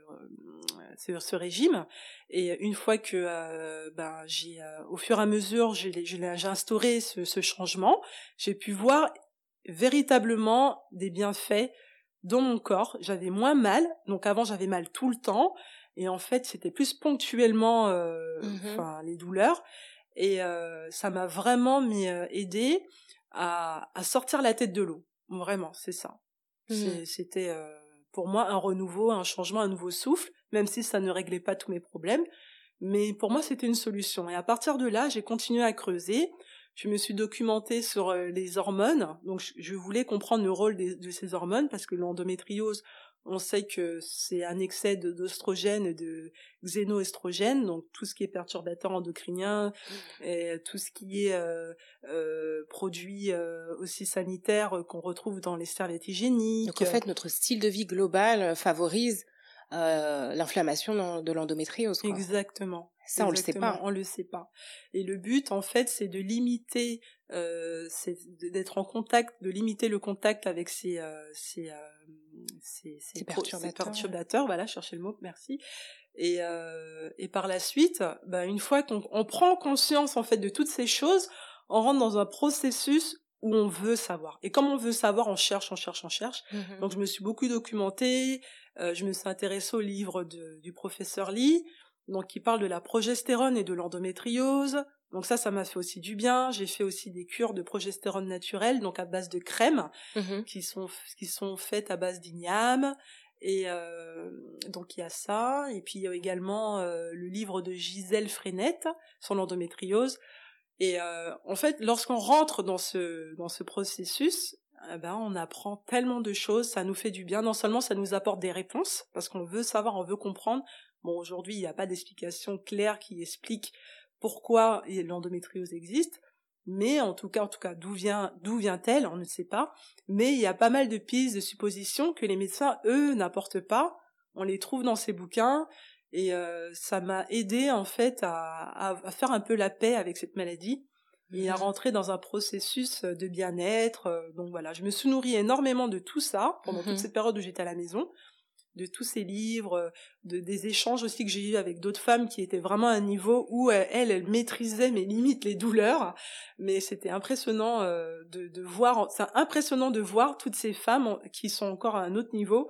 ce, ce régime, et une fois que euh, ben j'ai euh, au fur et à mesure j'ai j'ai, j'ai instauré ce, ce changement, j'ai pu voir véritablement des bienfaits dans mon corps. J'avais moins mal, donc avant j'avais mal tout le temps, et en fait c'était plus ponctuellement euh, enfin mm-hmm. les douleurs, et euh, ça m'a vraiment mis, euh, aidé à, à sortir la tête de l'eau. Vraiment, c'est ça. Mm-hmm. C'est, c'était euh, pour moi un renouveau, un changement, un nouveau souffle, même si ça ne réglait pas tous mes problèmes, mais pour moi c'était une solution. Et à partir de là, j'ai continué à creuser. Je me suis documentée sur euh, les hormones, donc je, je voulais comprendre le rôle des, de ces hormones, parce que l'endométriose, on sait que c'est un excès de, d'oestrogène et de xénoestrogène, donc tout ce qui est perturbateur endocrinien, et tout ce qui est euh, euh, produit euh, aussi sanitaire euh, qu'on retrouve dans les serviettes hygiéniques. Donc en fait, notre style de vie global favorise euh, l'inflammation de l'endométriose, quoi. Exactement. Ça, on Exactement, le sait pas. On le sait pas. Et le but, en fait, c'est de limiter, euh, c'est d'être en contact, de limiter le contact avec ces, euh, ces, euh, c'est, c'est, c'est pro, perturbateur. c'est perturbateur, voilà, cherchez le mot, merci. Et, euh, et par la suite, bah, une fois qu'on on prend conscience en fait de toutes ces choses, on rentre dans un processus où on veut savoir. Et comme on veut savoir, on cherche, on cherche, on cherche. Mm-hmm. Donc je me suis beaucoup documentée, euh, je me suis intéressée au livre de, du professeur Lee, donc qui parle de la progestérone et de l'endométriose. Donc ça, ça m'a fait aussi du bien. J'ai fait aussi des cures de progestérone naturelle, donc à base de crème, mm-hmm. qui sont qui sont faites à base d'igname. Et euh, donc il y a ça. Et puis il y a également euh, le livre de Gisèle Frenette sur l'endométriose. Et euh, en fait, lorsqu'on rentre dans ce dans ce processus, eh ben on apprend tellement de choses. Ça nous fait du bien. Non seulement ça nous apporte des réponses parce qu'on veut savoir, on veut comprendre. Bon, aujourd'hui, il n'y a pas d'explication claire qui explique pourquoi l'endométriose existe, mais en tout cas, en tout cas, d'où vient, d'où vient-elle, on ne sait pas. Mais il y a pas mal de pistes, de suppositions que les médecins, eux, n'apportent pas. On les trouve dans ces bouquins, et euh, ça m'a aidé en fait à, à, à faire un peu la paix avec cette maladie et mmh. à rentrer dans un processus de bien-être. Donc voilà, je me suis nourrie énormément de tout ça pendant mmh. toute cette période où j'étais à la maison, de tous ces livres, de, des échanges aussi que j'ai eu avec d'autres femmes qui étaient vraiment à un niveau où euh, elles, elles maîtrisaient mes limites, les douleurs. Mais c'était impressionnant euh, de, de voir, c'est impressionnant de voir toutes ces femmes qui sont encore à un autre niveau,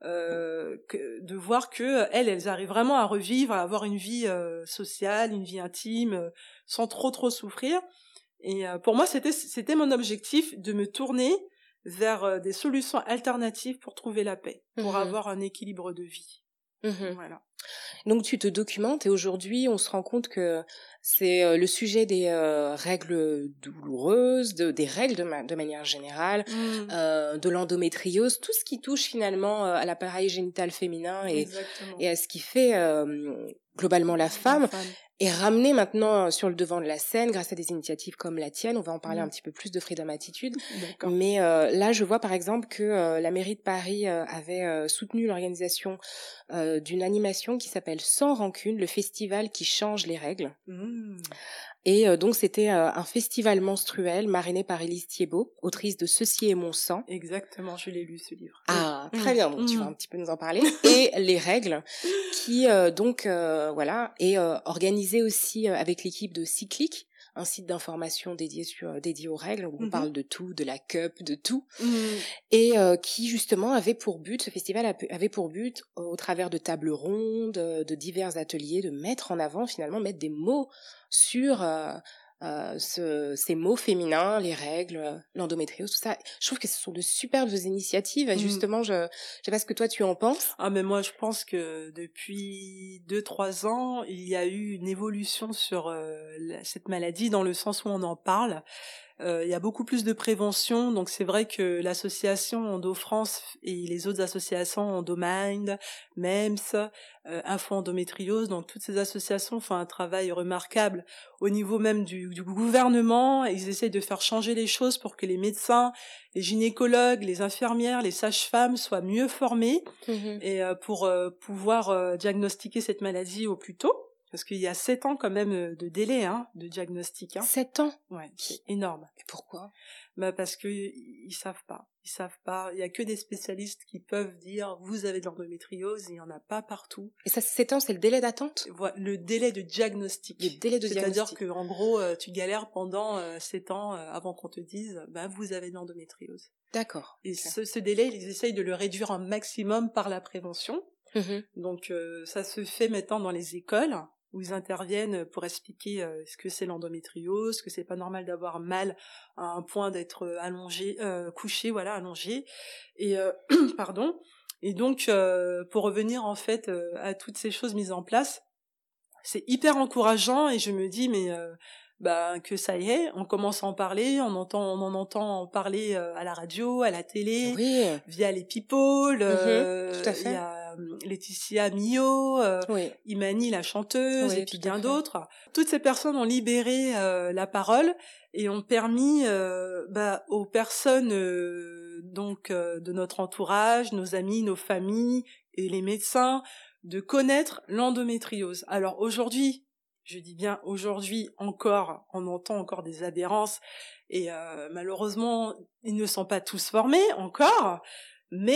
euh, que, de voir que elles, elles arrivent vraiment à revivre, à avoir une vie euh, sociale, une vie intime, euh, sans trop trop souffrir. Et euh, pour moi, c'était c'était mon objectif de me tourner vers des solutions alternatives pour trouver la paix, pour mmh. avoir un équilibre de vie. Mmh. Voilà. Donc tu te documentes et aujourd'hui on se rend compte que c'est le sujet des euh, règles douloureuses, de, des règles de, ma, de manière générale, mmh. euh, de l'endométriose, tout ce qui touche finalement à l'appareil génital féminin et, et à ce qui fait euh, globalement la femme. La femme. est ramené maintenant sur le devant de la scène grâce à des initiatives comme la tienne. On va en parler mmh. un petit peu plus de Freedom Attitude. D'accord. Mais euh, là, je vois par exemple que euh, la mairie de Paris euh, avait euh, soutenu l'organisation euh, d'une animation qui s'appelle Sans rancune, le festival qui change les règles. Mmh. Et euh, donc, c'était euh, un festival menstruel marrainé par Élise Thiebaud, autrice de Ceci est mon sang. Exactement, je l'ai lu ce livre. Ah, très mmh. bien, donc mmh. tu vas un petit peu nous en parler. Et les règles, qui euh, donc, euh, voilà, est euh, organisée aussi euh, avec l'équipe de Cyclique, un site d'information dédié, sur, dédié aux règles, où mmh. on parle de tout, de la cup, de tout, mmh. et euh, qui justement avait pour but, ce festival avait pour but, au travers de tables rondes, de divers ateliers, de mettre en avant, finalement, mettre des mots sur euh, euh, ce, ces mots féminins, les règles, l'endométriose, tout ça. Je trouve que ce sont de superbes initiatives. Et justement, je ne sais pas ce que toi tu en penses. Ah, mais moi je pense que depuis deux trois ans, il y a eu une évolution sur euh, la, cette maladie dans le sens où on en parle. Euh, il y a beaucoup plus de prévention, donc c'est vrai que l'association Endo France et les autres associations Endomind, M E M S, euh, Info Endométriose, donc toutes ces associations font un travail remarquable au niveau même du, du gouvernement. Ils essayent de faire changer les choses pour que les médecins, les gynécologues, les infirmières, les sages-femmes soient mieux formés mmh. et euh, pour euh, pouvoir euh, diagnostiquer cette maladie au plus tôt. Parce qu'il y a sept ans quand même de délai hein, de diagnostic. Hein. Sept ans. Ouais, c'est énorme. Et pourquoi? Bah parce que ils savent pas, ils savent pas. Il y a que des spécialistes qui peuvent dire vous avez de l'endométriose, il y en a pas partout. Et ça, sept ans, c'est le délai d'attente? Voilà, le délai de diagnostic. Le délai de C'est-à-dire diagnostic. que en gros, euh, tu galères pendant euh, sept ans euh, avant qu'on te dise bah vous avez de l'endométriose. D'accord. Et okay. ce, ce délai, ils essayent de le réduire un maximum par la prévention. Mm-hmm. Donc euh, ça se fait maintenant dans les écoles, où ils interviennent pour expliquer euh, ce que c'est l'endométriose, que c'est pas normal d'avoir mal à un point d'être allongé, euh, couché, voilà, allongé. Et euh, pardon. Et donc, euh, pour revenir en fait euh, à toutes ces choses mises en place, c'est hyper encourageant et je me dis mais euh, bah que ça y est, on commence à en parler, on entend, on en entend en parler euh, à la radio, à la télé, oui. via les people. Euh, mmh, tout à fait. Il y a Laetitia Mio, euh, oui. Imani la chanteuse, oui, et puis bien d'autres. Toutes ces personnes ont libéré euh, la parole et ont permis euh, bah, aux personnes euh, donc euh, de notre entourage, nos amis, nos familles et les médecins de connaître l'endométriose. Alors aujourd'hui, je dis bien aujourd'hui encore, on entend encore des aberrances et euh, malheureusement, ils ne sont pas tous formés encore. Mais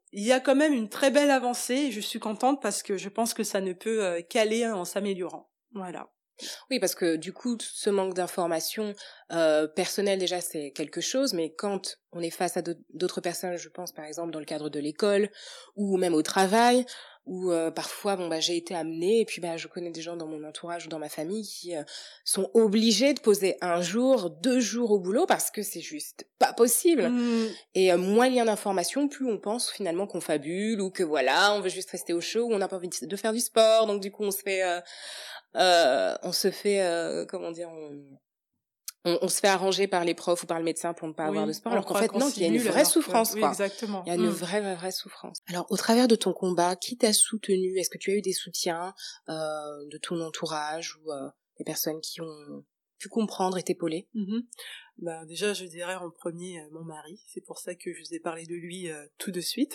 il y a quand même une très belle avancée et je suis contente parce que je pense que ça ne peut euh, qu'aller en s'améliorant. Voilà. Oui, parce que du coup, ce manque d'informations euh, personnelles, déjà, c'est quelque chose, mais quand on est face à d'autres personnes, je pense par exemple dans le cadre de l'école ou même au travail, où euh, parfois, bon bah j'ai été amenée, et puis bah je connais des gens dans mon entourage ou dans ma famille qui euh, sont obligés de poser un jour, deux jours au boulot parce que c'est juste pas possible. Mmh. Et euh, moins il y a d'informations, plus on pense finalement qu'on fabule ou que voilà, on veut juste rester au chaud ou on n'a pas envie de faire du sport, donc du coup on se fait... Euh, Euh, on se fait, euh, comment dire, on, on, on se fait arranger par les profs ou par le médecin pour ne pas oui, avoir de sport, alors qu'en fait, non, qu'il y a une vraie souffrance, que... quoi. Oui, exactement. Il y a une mmh. vraie, vraie, vraie souffrance. Alors, au travers de ton combat, qui t'a soutenu? Est-ce que tu as eu des soutiens euh, de ton entourage ou euh, des personnes qui ont pu comprendre et t'épauler? mmh. Ben, déjà, je dirais en premier euh, mon mari. C'est pour ça que je vous ai parlé de lui euh, tout de suite.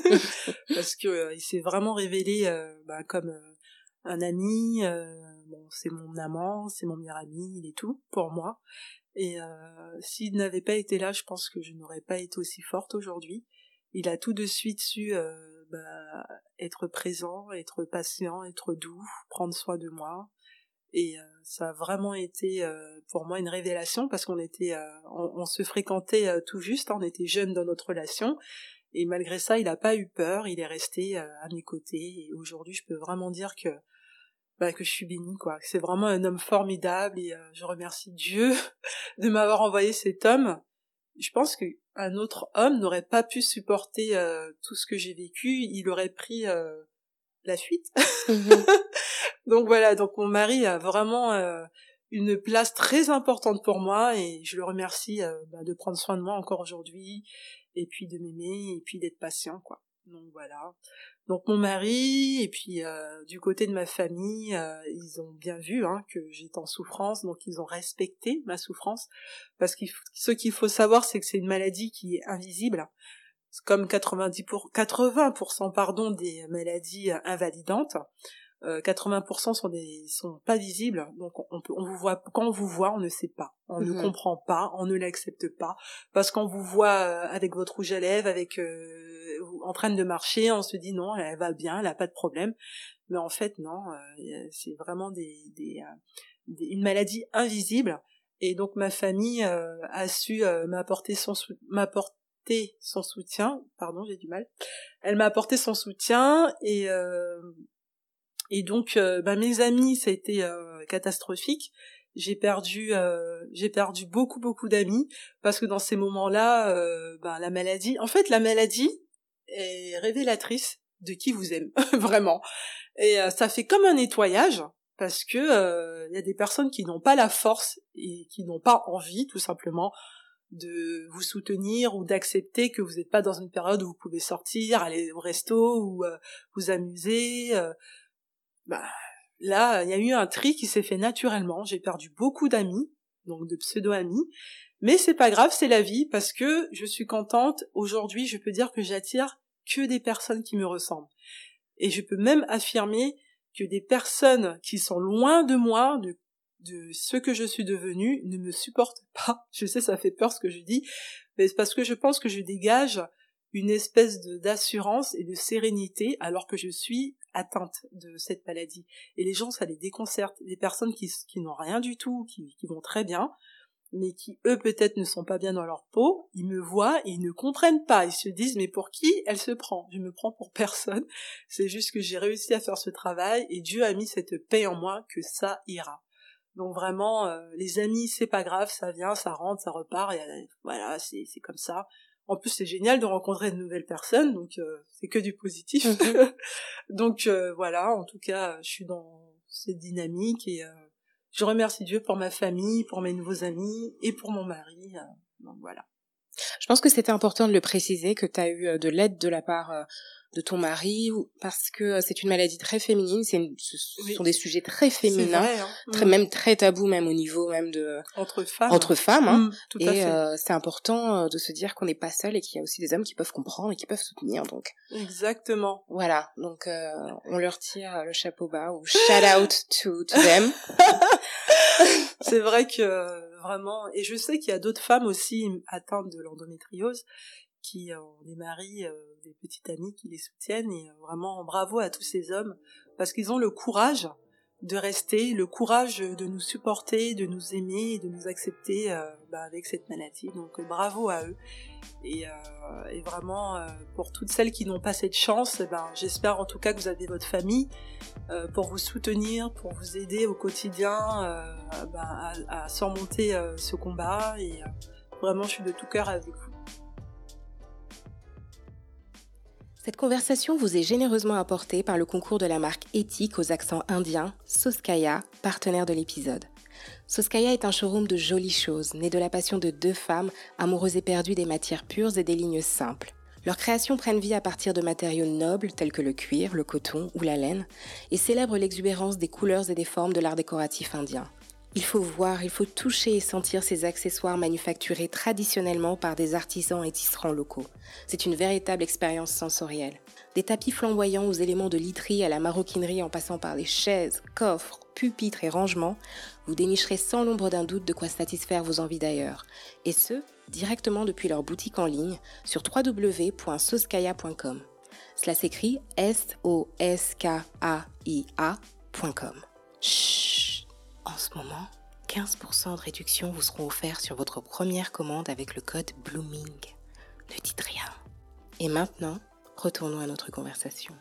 Parce que euh, il s'est vraiment révélé euh, ben, comme... Euh, un ami, euh, bon, c'est mon amant, c'est mon meilleur ami, il est tout pour moi. Et euh, s'il n'avait pas été là, je pense que je n'aurais pas été aussi forte aujourd'hui. Il a tout de suite su euh, bah, être présent, être patient, être doux, prendre soin de moi. Et euh, ça a vraiment été euh, pour moi une révélation parce qu'on était, euh, on, on se fréquentait euh, tout juste, hein, on était jeunes dans notre relation. Et malgré ça, il n'a pas eu peur, il est resté euh, à mes côtés. Et aujourd'hui, je peux vraiment dire que bah, que je suis bénie, quoi. C'est vraiment un homme formidable et euh, je remercie Dieu de m'avoir envoyé cet homme. Je pense qu'un autre homme n'aurait pas pu supporter euh, tout ce que j'ai vécu. Il aurait pris euh, la fuite. Mm-hmm. Donc voilà, donc mon mari a vraiment euh, une place très importante pour moi et je le remercie euh, bah, de prendre soin de moi encore aujourd'hui et puis de m'aimer et puis d'être patient, quoi. Donc voilà. Donc mon mari et puis euh, du côté de ma famille, euh, ils ont bien vu hein, que j'étais en souffrance, donc ils ont respecté ma souffrance parce que ce qu'il faut savoir, c'est que c'est une maladie qui est invisible, comme quatre-vingt-dix pour, quatre-vingts pour cent pardon des maladies invalidantes. Euh, quatre-vingts pour cent sont des sont pas visibles, donc on peut on vous voit quand on vous voit on ne sait pas, on mmh. ne comprend pas, on ne l'accepte pas parce qu'on vous voit euh, avec votre rouge à lèvres, avec euh, en train de marcher, on se dit non elle va bien, elle a pas de problème, mais en fait non, euh, c'est vraiment des, des, euh, des une maladie invisible et donc ma famille euh, a su euh, m'apporter son sou- m'apporter son soutien, pardon j'ai du mal, elle m'a apporté son soutien et euh, Et donc, euh, bah, mes amis, ça a été euh, catastrophique. J'ai perdu, euh, j'ai perdu beaucoup, beaucoup d'amis parce que dans ces moments-là, euh, bah, la maladie, en fait, la maladie est révélatrice de qui vous aime, vraiment. Et euh, ça fait comme un nettoyage parce que euh, y a des personnes qui n'ont pas la force et qui n'ont pas envie, tout simplement, de vous soutenir ou d'accepter que vous n'êtes pas dans une période où vous pouvez sortir, aller au resto ou euh, vous amuser. Euh, Bah, là, il y a eu un tri qui s'est fait naturellement. J'ai perdu beaucoup d'amis, donc de pseudo-amis. Mais c'est pas grave, c'est la vie, parce que je suis contente. Aujourd'hui, je peux dire que j'attire que des personnes qui me ressemblent. Et je peux même affirmer que des personnes qui sont loin de moi, de, de ce que je suis devenue, ne me supportent pas. Je sais, ça fait peur ce que je dis, mais c'est parce que je pense que je dégage une espèce de d'assurance et de sérénité alors que je suis atteinte de cette maladie. Et les gens, ça les déconcerte. Des personnes qui, qui n'ont rien du tout, qui, qui vont très bien, mais qui, eux, peut-être ne sont pas bien dans leur peau, ils me voient et ils ne comprennent pas. Ils se disent, mais pour qui elle se prend? Je me prends pour personne. C'est juste que j'ai réussi à faire ce travail et Dieu a mis cette paix en moi que ça ira. Donc vraiment, euh, les amis, c'est pas grave, ça vient, ça rentre, ça repart, et euh, voilà, c'est, c'est comme ça. En plus, c'est génial de rencontrer de nouvelles personnes, donc euh, c'est que du positif. Mm-hmm. Donc euh, voilà, en tout cas, je suis dans cette dynamique et euh, je remercie Dieu pour ma famille, pour mes nouveaux amis et pour mon mari. Euh, donc voilà. Je pense que c'était important de le préciser, que tu as eu de l'aide de la part euh, de ton mari, parce que c'est une maladie très féminine, c'est une, ce oui. sont des sujets très féminins, vrai, hein. très, mmh. même très tabous, même au niveau même de entre femmes, entre femmes, hein. Mmh, tout et à fait. Euh, c'est important de se dire qu'on n'est pas seul et qu'il y a aussi des hommes qui peuvent comprendre et qui peuvent soutenir. Donc exactement. Voilà, donc euh, on leur tire le chapeau bas ou shout out to to them. C'est vrai que vraiment, et je sais qu'il y a d'autres femmes aussi atteintes de l'endométriose qui ont des maris, euh, des petites amies qui les soutiennent. Et euh, vraiment, bravo à tous ces hommes, parce qu'ils ont le courage de rester, le courage de nous supporter, de nous aimer, de nous accepter euh, bah, avec cette maladie. Donc euh, bravo à eux. Et, euh, et vraiment, euh, pour toutes celles qui n'ont pas cette chance, eh ben, j'espère en tout cas que vous avez votre famille euh, pour vous soutenir, pour vous aider au quotidien euh, ben, à, à surmonter euh, ce combat. Et euh, vraiment, je suis de tout cœur avec vous. Cette conversation vous est généreusement apportée par le concours de la marque éthique aux accents indiens, Soskaya, partenaire de l'épisode. Soskaya est un showroom de jolies choses, né de la passion de deux femmes, amoureuses éperdues des matières pures et des lignes simples. Leurs créations prennent vie à partir de matériaux nobles tels que le cuir, le coton ou la laine, et célèbrent l'exubérance des couleurs et des formes de l'art décoratif indien. Il faut voir, il faut toucher et sentir ces accessoires manufacturés traditionnellement par des artisans et tisserands locaux. C'est une véritable expérience sensorielle. Des tapis flamboyants aux éléments de literie à la maroquinerie en passant par les chaises, coffres, pupitres et rangements, vous dénicherez sans l'ombre d'un doute de quoi satisfaire vos envies d'ailleurs. Et ce, directement depuis leur boutique en ligne sur w w w point soskaya point com. Cela s'écrit S O S K A I A point com. Chut. En ce moment, quinze pour cent de réduction vous seront offerts sur votre première commande avec le code BLOOMING. Ne dites rien. Et maintenant, retournons à notre conversation.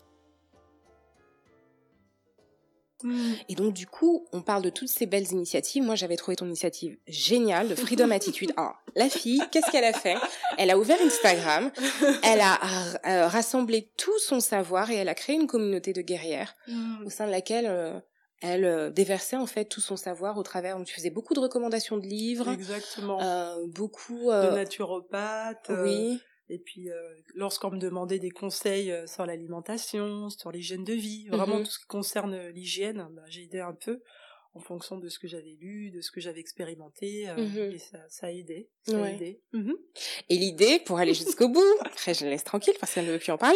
Mmh. Et donc, du coup, on parle de toutes ces belles initiatives. Moi, j'avais trouvé ton initiative géniale de Freedom Attitude. Ah, la fille, qu'est-ce qu'elle a fait ? Elle a ouvert Instagram, elle a euh, rassemblé tout son savoir et elle a créé une communauté de guerrières mmh. au sein de laquelle... Euh, Elle euh, déversait en fait tout son savoir au travers. Donc, tu faisais beaucoup de recommandations de livres. Exactement. Euh, beaucoup euh... de naturopathes. Oui. Euh, et puis, euh, lorsqu'on me demandait des conseils euh, sur l'alimentation, sur l'hygiène de vie, vraiment mm-hmm. tout ce qui concerne l'hygiène, bah, j'ai aidé un peu en fonction de ce que j'avais lu, de ce que j'avais expérimenté, euh, mm-hmm. et ça, ça a aidé. Ça ouais. a aidé. Mm-hmm. Et l'idée, pour aller jusqu'au bout, après je la laisse tranquille parce qu'elle ne veut plus en parler.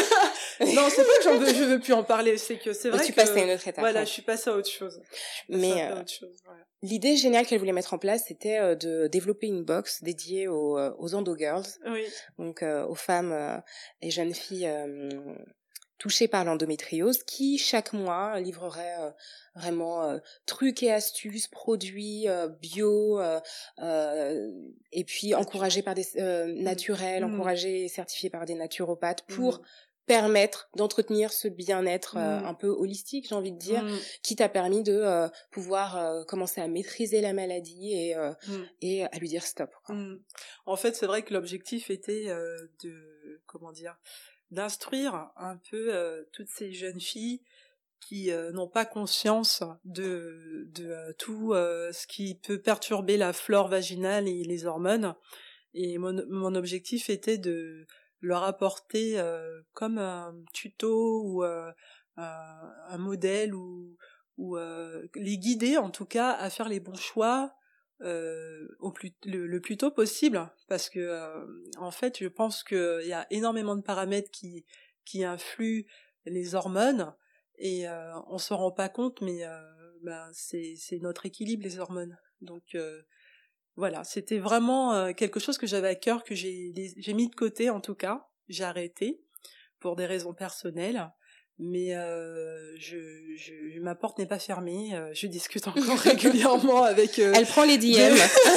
Non, c'est pas que j'en veux, je veux plus en parler, c'est que c'est vrai que... tu passes à une autre étape. Voilà, ouais. je suis passée à autre chose. Mais à euh, autre chose, ouais. L'idée géniale qu'elle voulait mettre en place, c'était euh, de développer une box dédiée aux, euh, aux Endo Girls, oui. donc euh, aux femmes euh, et jeunes filles euh, touchées par l'endométriose, qui chaque mois livreraient euh, vraiment euh, trucs et astuces, produits euh, bio, euh, euh, et puis encouragés par des euh, naturels, mmh. encouragés et certifiés par des naturopathes pour mmh. permettre d'entretenir ce bien-être euh, mmh. un peu holistique, j'ai envie de dire, mmh. qui t'a permis de euh, pouvoir euh, commencer à maîtriser la maladie et, euh, mmh. et à lui dire stop. Quoi. Mmh. En fait, c'est vrai que l'objectif était euh, de, comment dire, d'instruire un peu euh, toutes ces jeunes filles qui euh, n'ont pas conscience de, de euh, tout euh, ce qui peut perturber la flore vaginale et les hormones. Et mon, mon objectif était de leur apporter euh, comme un tuto ou euh, un, un modèle ou, ou euh, les guider en tout cas à faire les bons choix euh, au plus, le, le plus tôt possible, parce que euh, en fait je pense qu'il y a énormément de paramètres qui, qui influent les hormones et euh, on se rend pas compte, mais euh, ben, c'est, c'est notre équilibre, les hormones. Donc euh, voilà, c'était vraiment euh, quelque chose que j'avais à cœur, que j'ai, j'ai mis de côté en tout cas. J'ai arrêté pour des raisons personnelles, mais euh, je, je, ma porte n'est pas fermée. Euh, je discute encore régulièrement avec. Euh, Elle prend les D M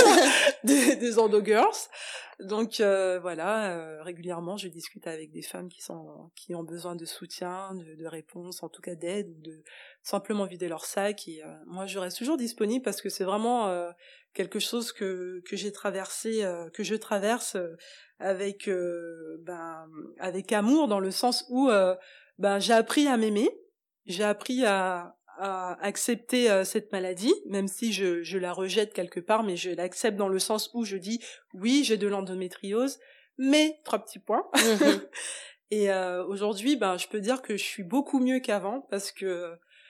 des, des, des Endo Girls. Donc euh, voilà, euh, régulièrement, je discute avec des femmes qui sont qui ont besoin de soutien, de, de réponses, en tout cas d'aide, ou de simplement vider leur sac. Et euh, moi, je reste toujours disponible parce que c'est vraiment euh, quelque chose que que j'ai traversé, euh, que je traverse euh, avec euh, ben avec amour, dans le sens où euh, ben j'ai appris à m'aimer, j'ai appris à à accepter euh, cette maladie, même si je, je la rejette quelque part, mais je l'accepte dans le sens où je dis oui, j'ai de l'endométriose, mais trois petits points. Mm-hmm. Et euh, aujourd'hui, ben je peux dire que je suis beaucoup mieux qu'avant, parce que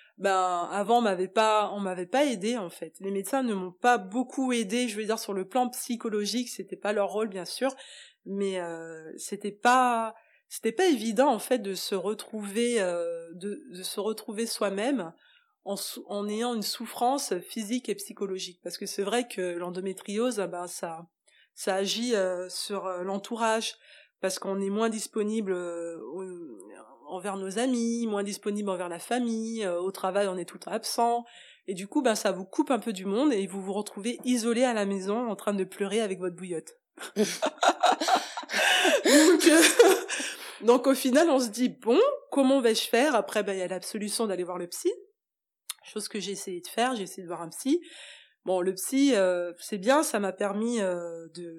ben avant on m'avait pas on m'avait pas aidé en fait. Les médecins ne m'ont pas beaucoup aidé, je veux dire sur le plan psychologique, c'était pas leur rôle bien sûr, mais euh, c'était pas c'était pas évident en fait de se retrouver euh, de de se retrouver soi-même en, en ayant une souffrance physique et psychologique, parce que c'est vrai que l'endométriose, ben ça ça agit euh, sur euh, l'entourage, parce qu'on est moins disponible euh, envers nos amis, moins disponible envers la famille, euh, au travail on est tout le temps absent, et du coup ben ça vous coupe un peu du monde et vous vous retrouvez isolé à la maison en train de pleurer avec votre bouillotte. donc, euh, donc au final on se dit bon, comment vais-je faire? Après ben il y a la solution d'aller voir le psy, chose que j'ai essayé de faire, j'ai essayé de voir un psy. Bon, le psy euh, c'est bien, ça m'a permis euh, de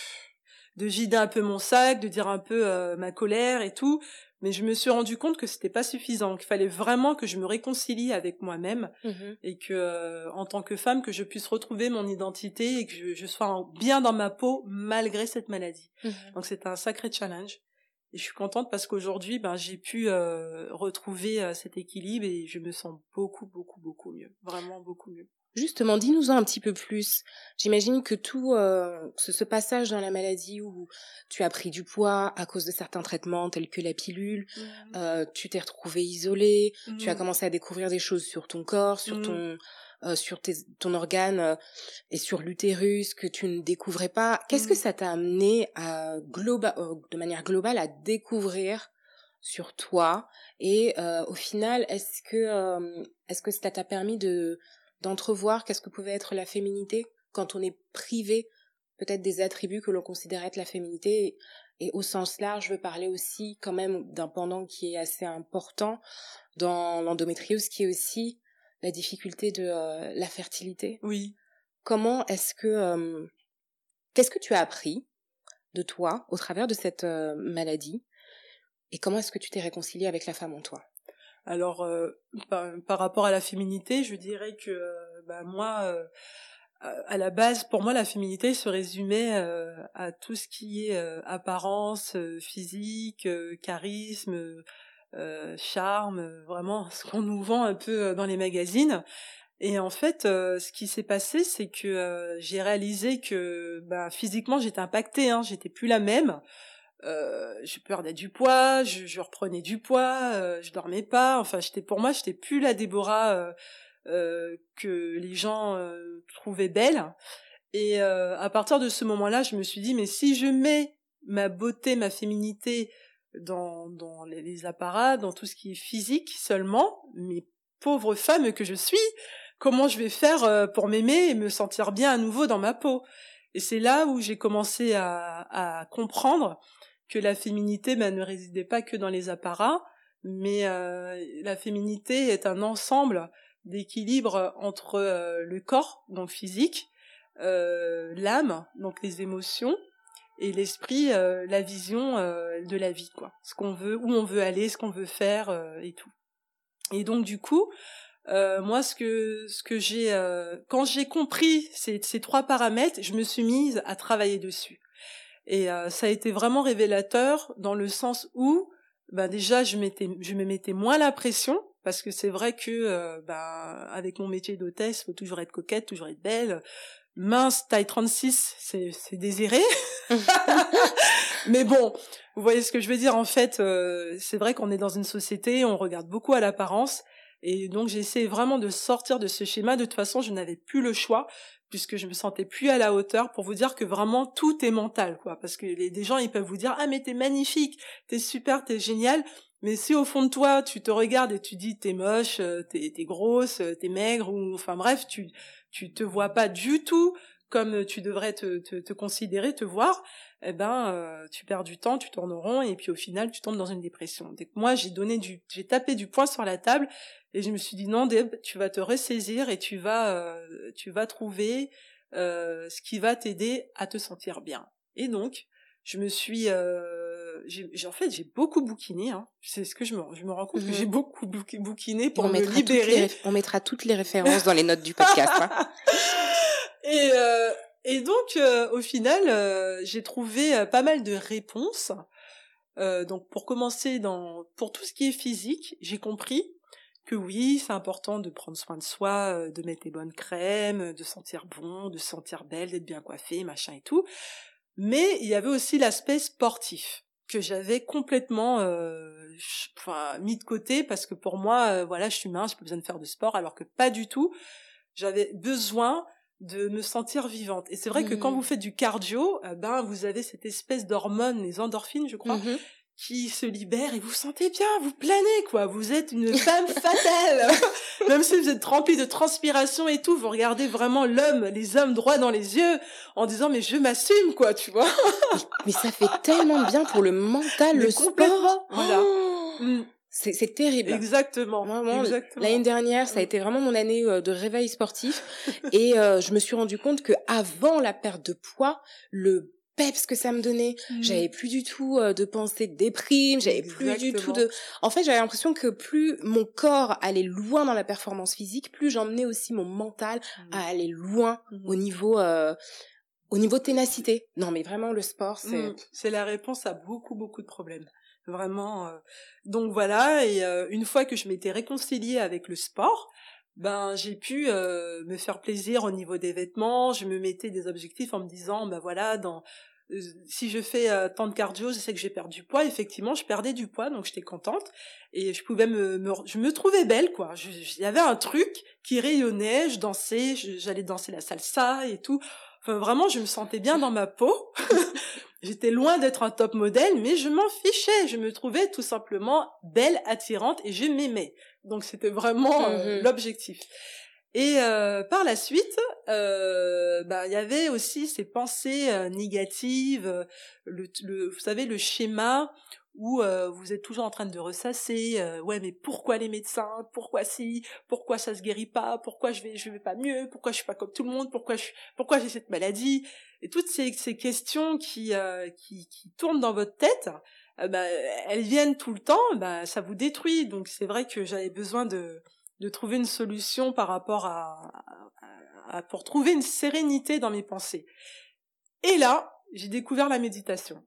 de vider un peu mon sac, de dire un peu euh, ma colère et tout, mais je me suis rendu compte que c'était pas suffisant, qu'il fallait vraiment que je me réconcilie avec moi-même, mmh. et que euh, en tant que femme, que je puisse retrouver mon identité et que je, je sois bien dans ma peau malgré cette maladie. Mmh. Donc c'était un sacré challenge. Et je suis contente parce qu'aujourd'hui, ben j'ai pu euh, retrouver euh, cet équilibre et je me sens beaucoup, beaucoup, beaucoup mieux, vraiment beaucoup mieux. Justement, dis-nous-en un petit peu plus. J'imagine que tout euh, ce, ce passage dans la maladie où tu as pris du poids à cause de certains traitements tels que la pilule, mmh. euh, tu t'es retrouvée isolée, mmh. tu as commencé à découvrir des choses sur ton corps, sur mmh. ton euh, sur tes, ton organe euh, et sur l'utérus que tu ne découvrais pas. Qu'est-ce mmh. que ça t'a amené à globa- euh, de manière globale à découvrir sur toi? Et euh, au final, est-ce que euh, est-ce que ça t'a permis de d'entrevoir qu'est-ce que pouvait être la féminité quand on est privé peut-être des attributs que l'on considère être la féminité, et, et au sens large, je veux parler aussi quand même d'un pendant qui est assez important dans l'endométriose, qui est aussi la difficulté de euh, la fertilité. Oui. Comment est-ce que euh, qu'est-ce que tu as appris de toi au travers de cette euh, maladie, et comment est-ce que tu t'es réconciliée avec la femme en toi? Alors, euh, par, par rapport à la féminité, je dirais que euh, bah, moi, euh, à la base, pour moi, la féminité se résumait euh, à tout ce qui est euh, apparence, euh, physique, euh, charisme, euh, charme, euh, vraiment ce qu'on nous vend un peu dans les magazines. Et en fait, euh, ce qui s'est passé, c'est que euh, j'ai réalisé que bah, physiquement, j'étais impactée, hein, j'étais plus la même. Euh, je perdais du poids, je, je reprenais du poids, euh, je dormais pas. Enfin, j'étais pour moi, j'étais plus la Déborah euh, euh, que les gens euh, trouvaient belle. Et euh, à partir de ce moment-là, je me suis dit, mais si je mets ma beauté, ma féminité dans dans les, les apparats, dans tout ce qui est physique seulement, mes pauvres femmes que je suis, comment je vais faire euh, pour m'aimer et me sentir bien à nouveau dans ma peau? Et c'est là où j'ai commencé à, à comprendre que la féminité ben, ne résidait pas que dans les apparats, mais euh, la féminité est un ensemble d'équilibre entre euh, le corps, donc physique, euh, l'âme, donc les émotions, et l'esprit, euh, la vision euh, de la vie, quoi. Ce qu'on veut, où on veut aller, ce qu'on veut faire, euh, et tout. Et donc du coup, euh, moi, ce que ce que j'ai, euh, quand j'ai compris ces, ces trois paramètres, je me suis mise à travailler dessus. Et euh, ça a été vraiment révélateur dans le sens où, ben déjà, je mettais, je me mettais moins la pression, parce que c'est vrai que, euh, ben avec mon métier d'hôtesse, faut toujours être coquette, toujours être belle. Mince, taille trente-six, c'est, c'est désiré. Mais bon, vous voyez ce que je veux dire. En fait, euh, c'est vrai qu'on est dans une société, on regarde beaucoup à l'apparence. Et donc, j'ai essayé vraiment de sortir de ce schéma. De toute façon, je n'avais plus le choix, puisque je me sentais plus à la hauteur, pour vous dire que vraiment, tout est mental, quoi. Parce que les, des gens, ils peuvent vous dire, ah, mais t'es magnifique, t'es super, t'es génial. Mais si au fond de toi, tu te regardes et tu dis, t'es moche, t'es, t'es grosse, t'es maigre, ou, enfin bref, tu, tu te vois pas du tout comme tu devrais te, te, te considérer, te voir, eh ben, euh, tu perds du temps, tu tournes rond, et puis au final, tu tombes dans une dépression. Donc moi, j'ai donné du, j'ai tapé du poing sur la table, et je me suis dit, non, Deb, tu vas te ressaisir, et tu vas, euh, tu vas trouver euh, ce qui va t'aider à te sentir bien. Et donc, je me suis, euh, j'ai, j'ai, en fait, j'ai beaucoup bouquiné, hein. C'est ce que je me, je me rends compte, mmh. que j'ai beaucoup bouquiné pour me libérer. Les, on mettra toutes les références dans les notes du podcast. Hein. Et, euh, et donc, euh, au final, euh, j'ai trouvé euh, pas mal de réponses. Euh, donc, pour commencer, dans, pour tout ce qui est physique, j'ai compris que oui, c'est important de prendre soin de soi, euh, de mettre les bonnes crèmes, de sentir bon, de se sentir belle, d'être bien coiffée, machin et tout. Mais il y avait aussi l'aspect sportif que j'avais complètement euh, enfin, mis de côté, parce que pour moi, euh, voilà, je suis mince, j'ai pas besoin de faire de sport, alors que pas du tout. J'avais besoin de me sentir vivante. Et c'est vrai mmh. que quand vous faites du cardio, euh, ben vous avez cette espèce d'hormone, les endorphines, je crois, mmh. qui se libère et vous sentez bien, vous planez, quoi. Vous êtes une femme fatale. Même si vous êtes remplie de transpiration et tout, vous regardez vraiment l'homme, les hommes droit dans les yeux en disant, mais je m'assume, quoi, tu vois. Mais ça fait tellement bien pour le mental, mais le sport. Voilà. Oh mmh. C'est, c'est terrible. Exactement. Vraiment, Exactement. L'année dernière, ça a été vraiment mon année de réveil sportif. Et euh, je me suis rendu compte que avant la perte de poids, le peps que ça me donnait, mmh. j'avais plus du tout euh, de pensée de déprime, j'avais Exactement. plus du tout de... En fait, j'avais l'impression que plus mon corps allait loin dans la performance physique, plus j'emmenais aussi mon mental mmh. à aller loin mmh. au niveau... Euh, au niveau ténacité. Non, mais vraiment, le sport, c'est... Mmh. C'est la réponse à beaucoup, beaucoup de problèmes. Vraiment. Euh... Donc voilà, et euh, une fois que je m'étais réconciliée avec le sport, ben j'ai pu euh, me faire plaisir au niveau des vêtements. Je me mettais des objectifs en me disant, ben voilà, dans euh, si je fais euh, tant de cardio, je sais que je vais perdre du poids. Effectivement, je perdais du poids, donc j'étais contente et je pouvais me, me je me trouvais belle, quoi. Il y avait un truc qui rayonnait, je dansais, je, j'allais danser la salsa et tout. Enfin, vraiment, je me sentais bien dans ma peau. J'étais loin d'être un top modèle, mais je m'en fichais. Je me trouvais tout simplement belle, attirante, et je m'aimais. Donc, c'était vraiment euh, mmh. l'objectif. Et euh, par la suite, euh, bah, y avait aussi ces pensées euh, négatives, le, le, vous savez, le schéma où euh, vous êtes toujours en train de ressasser, euh, ouais, mais pourquoi les médecins, pourquoi si, pourquoi ça se guérit pas, pourquoi je vais je vais pas mieux, pourquoi je suis pas comme tout le monde, pourquoi je pourquoi j'ai cette maladie, et toutes ces ces questions qui euh, qui qui tournent dans votre tête, euh, bah, elles viennent tout le temps, bah ça vous détruit. Donc c'est vrai que j'avais besoin de de trouver une solution par rapport à, à, à pour trouver une sérénité dans mes pensées. Et là, j'ai découvert la méditation.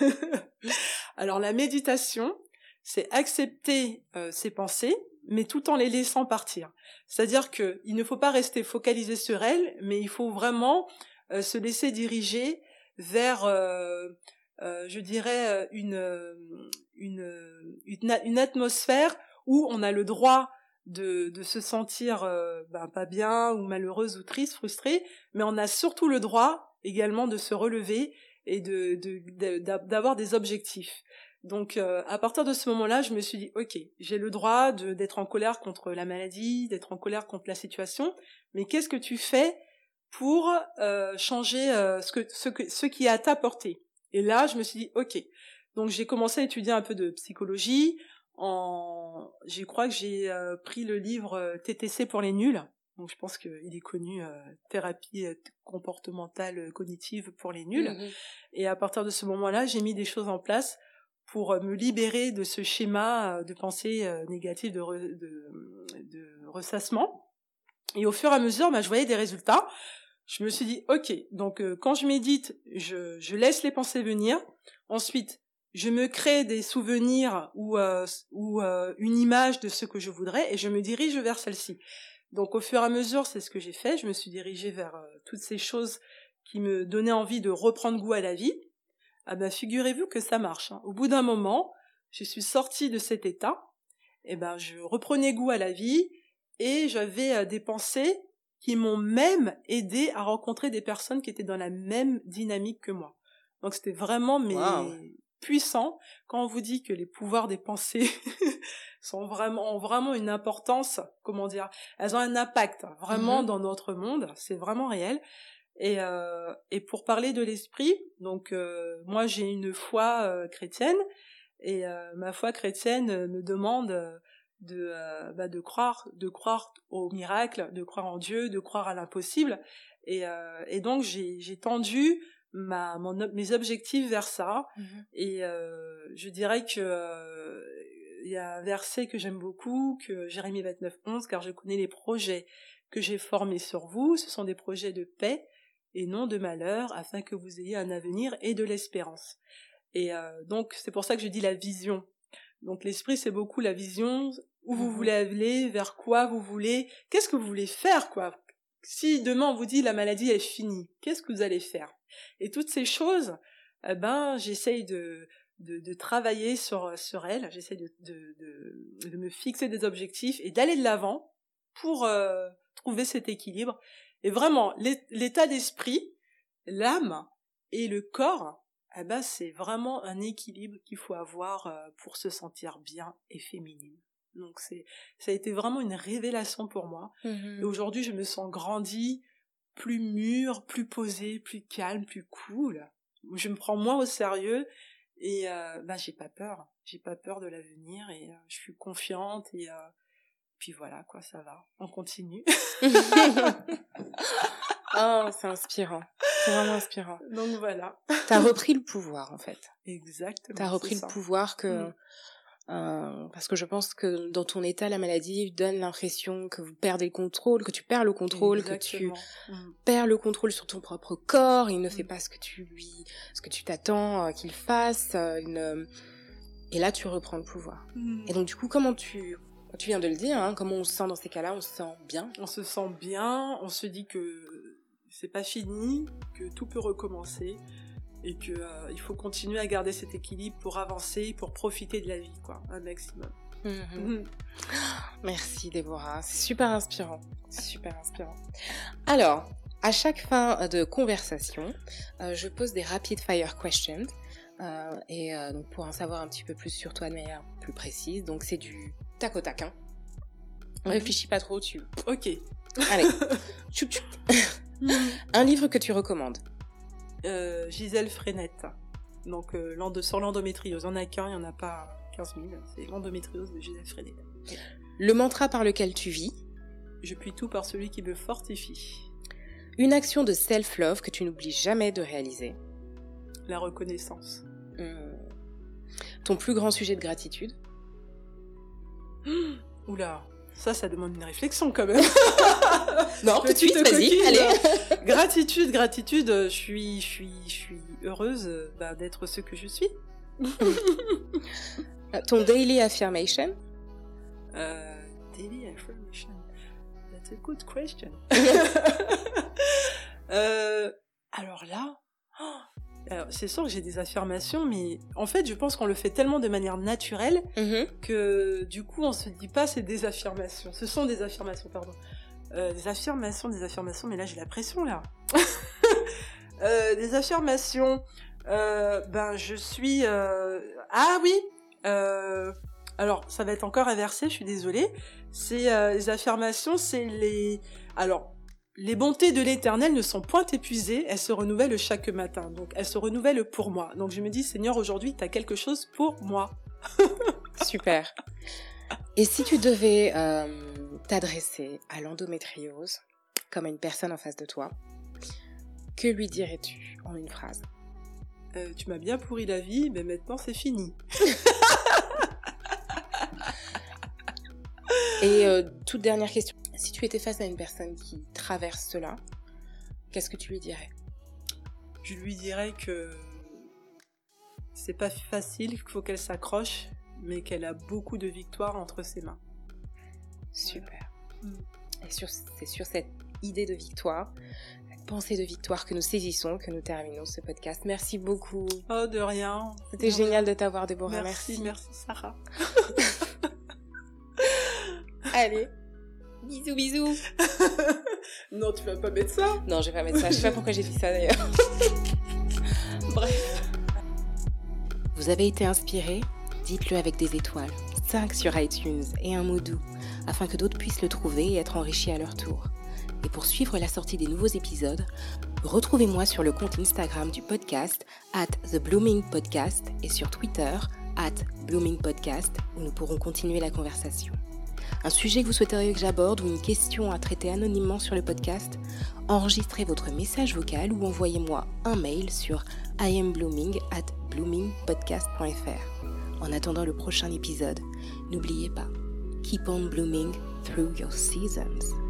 Alors la méditation, c'est accepter euh, ses pensées, mais tout en les laissant partir. C'est-à-dire que il ne faut pas rester focalisé sur elles, mais il faut vraiment euh, se laisser diriger vers, euh, euh, je dirais, une, une, une, une atmosphère où on a le droit de, de se sentir euh, ben, pas bien ou malheureuse ou triste, frustrée, mais on a surtout le droit également de se relever et de, de, de, d'avoir des objectifs. Donc, euh, à partir de ce moment-là, je me suis dit, ok, j'ai le droit de, d'être en colère contre la maladie, d'être en colère contre la situation, mais qu'est-ce que tu fais pour euh, changer euh, ce, que, ce, que, ce qui est à ta portée? Et là, je me suis dit, ok. Donc, j'ai commencé à étudier un peu de psychologie. En, je crois que j'ai euh, pris le livre T T C pour les nuls. Donc je pense qu'il est connu, euh, thérapie euh, comportementale euh, cognitive pour les nuls. Mmh. Et à partir de ce moment-là, j'ai mis des choses en place pour euh, me libérer de ce schéma euh, de pensée euh, négative, de, re, de, de ressassement. Et au fur et à mesure, bah, je voyais des résultats. Je me suis dit, ok, donc euh, quand je médite, je, je laisse les pensées venir. Ensuite, je me crée des souvenirs ou, euh, ou euh, une image de ce que je voudrais et je me dirige vers celle-ci. Donc au fur et à mesure, c'est ce que j'ai fait. Je me suis dirigée vers euh, toutes ces choses qui me donnaient envie de reprendre goût à la vie. Ah ben figurez-vous que ça marche. Hein. Au bout d'un moment, je suis sortie de cet état. Et ben je reprenais goût à la vie et j'avais euh, des pensées qui m'ont même aidé à rencontrer des personnes qui étaient dans la même dynamique que moi. Donc c'était vraiment mais wow. puissant quand on vous dit que les pouvoirs des pensées sont vraiment ont vraiment une importance, comment dire, elles ont un impact vraiment mm-hmm. dans notre monde, c'est vraiment réel. Et euh, et pour parler de l'esprit, donc euh, moi j'ai une foi euh, chrétienne et euh, ma foi chrétienne me demande de euh, bah, de croire de croire au miracle, de croire en Dieu, de croire à l'impossible et euh, et donc j'ai j'ai tendu ma mon mes objectifs vers ça mm-hmm. et euh, je dirais que euh, il y a un verset que j'aime beaucoup, que Jérémie vingt-neuf onze, car je connais les projets que j'ai formés sur vous, ce sont des projets de paix et non de malheur, afin que vous ayez un avenir et de l'espérance. Et euh, donc, c'est pour ça que je dis la vision. Donc, l'esprit, c'est beaucoup la vision, où vous mmh. voulez aller, vers quoi vous voulez, qu'est-ce que vous voulez faire, quoi. Si demain on vous dit la maladie est finie, qu'est-ce que vous allez faire? Et toutes ces choses, eh ben, j'essaye de... De, de travailler sur sur elle, j'essaie de, de de de me fixer des objectifs et d'aller de l'avant pour euh, trouver cet équilibre. Et vraiment, l'état d'esprit, l'âme et le corps, eh ben, c'est vraiment un équilibre qu'il faut avoir euh, pour se sentir bien et féminine. Donc c'est, ça a été vraiment une révélation pour moi. Mmh. Et aujourd'hui, je me sens grandie, plus mûre, plus posée, plus calme, plus cool. Je me prends moins au sérieux et euh, ben, j'ai pas peur. J'ai pas peur de l'avenir et euh, je suis confiante et euh, puis voilà, quoi, ça va. On continue. Oh, c'est inspirant. C'est vraiment inspirant. Donc voilà. T'as repris le pouvoir, en fait. Exactement. T'as repris le ça. pouvoir que... Mmh. Euh, parce que je pense que dans ton état, la maladie donne l'impression que vous perdez le contrôle, que tu perds le contrôle, Exactement. que tu mmh. perds le contrôle sur ton propre corps. Il ne mmh. fait pas ce que tu lui, ce que tu t'attends euh, qu'il fasse. Euh, une... Et là, tu reprends le pouvoir. Mmh. Et donc, du coup, comment tu, tu viens de le dire, hein, comment on se sent dans ces cas-là? On se sent bien. On se sent bien. On se dit que c'est pas fini, que tout peut recommencer. Et qu'il euh, faut continuer à garder cet équilibre pour avancer, pour profiter de la vie, quoi, un maximum. Mmh. Mmh. Merci Déborah, c'est super inspirant, super inspirant. Alors, à chaque fin de conversation, euh, je pose des rapid fire questions, euh, et euh, donc pour en savoir un petit peu plus sur toi de manière plus précise, donc c'est du tac au tac, hein. Mmh. Réfléchis pas trop, tu... Ok. Allez. Tchoup, tchoup. Un livre que tu recommandes? Euh, Gisèle Frenette, donc euh, l'endo- sur l'endométriose. Il n'y en a qu'un, il n'y en a pas quinze mille, c'est l'endométriose de Gisèle Frenette. Le mantra par lequel tu vis? Je puis tout par celui qui me fortifie. Une action de self-love que tu n'oublies jamais de réaliser? La reconnaissance. Hum. Ton plus grand sujet de gratitude? Oula, ça, ça demande une réflexion quand même. Non, tout de suite, vas-y, allez. Gratitude, gratitude, je suis, je suis, je suis heureuse bah, d'être ce que je suis. Ton daily affirmation? euh, Daily affirmation, that's a good question. euh, alors là, oh, alors, c'est sûr que j'ai des affirmations, mais en fait, je pense qu'on le fait tellement de manière naturelle mm-hmm. que du coup, on se dit pas c'est des affirmations. Ce sont des affirmations, pardon. Euh, des affirmations, des affirmations, mais là j'ai la pression là. euh, des affirmations, euh, ben je suis... Euh... Ah oui euh... Alors ça va être encore inversé, je suis désolée. C'est euh, les affirmations, c'est les... Alors, les bontés de l'Éternel ne sont point épuisées, elles se renouvellent chaque matin. Donc elles se renouvellent pour moi. Donc je me dis, Seigneur, aujourd'hui, tu as quelque chose pour moi. Super. Et si tu devais euh, t'adresser à l'endométriose comme à une personne en face de toi, que lui dirais-tu en une phrase? euh, Tu m'as bien pourri la vie, mais maintenant c'est fini. Et euh, toute dernière question, si tu étais face à une personne qui traverse cela, qu'est-ce que tu lui dirais? Je lui dirais que c'est pas facile, qu'il faut qu'elle s'accroche, mais qu'elle a beaucoup de victoires entre ses mains. Super. Voilà. Et sur, c'est sur cette idée de victoire, cette pensée de victoire que nous saisissons, que nous terminons ce podcast. Merci beaucoup. Oh, de rien. C'était de génial rien. de t'avoir, Déborah. Merci, merci. Merci, Sarah. Allez, bisous, bisous. Non, tu vas pas mettre ça? Non, je vais pas mettre ça. Je sais pas pourquoi j'ai fait ça, d'ailleurs. Bref. Vous avez été inspiré? Dites-le avec des étoiles, cinq sur iTunes et un mot doux, afin que d'autres puissent le trouver et être enrichis à leur tour. Et pour suivre la sortie des nouveaux épisodes, retrouvez-moi sur le compte Instagram du podcast, at The Blooming Podcast, et sur Twitter, at Blooming Podcast, où nous pourrons continuer la conversation. Un sujet que vous souhaiteriez que j'aborde ou une question à traiter anonymement sur le podcast, enregistrez votre message vocal ou envoyez-moi un mail sur iamblooming at bloomingpodcast point f r. En attendant le prochain épisode, n'oubliez pas, keep on blooming through your seasons.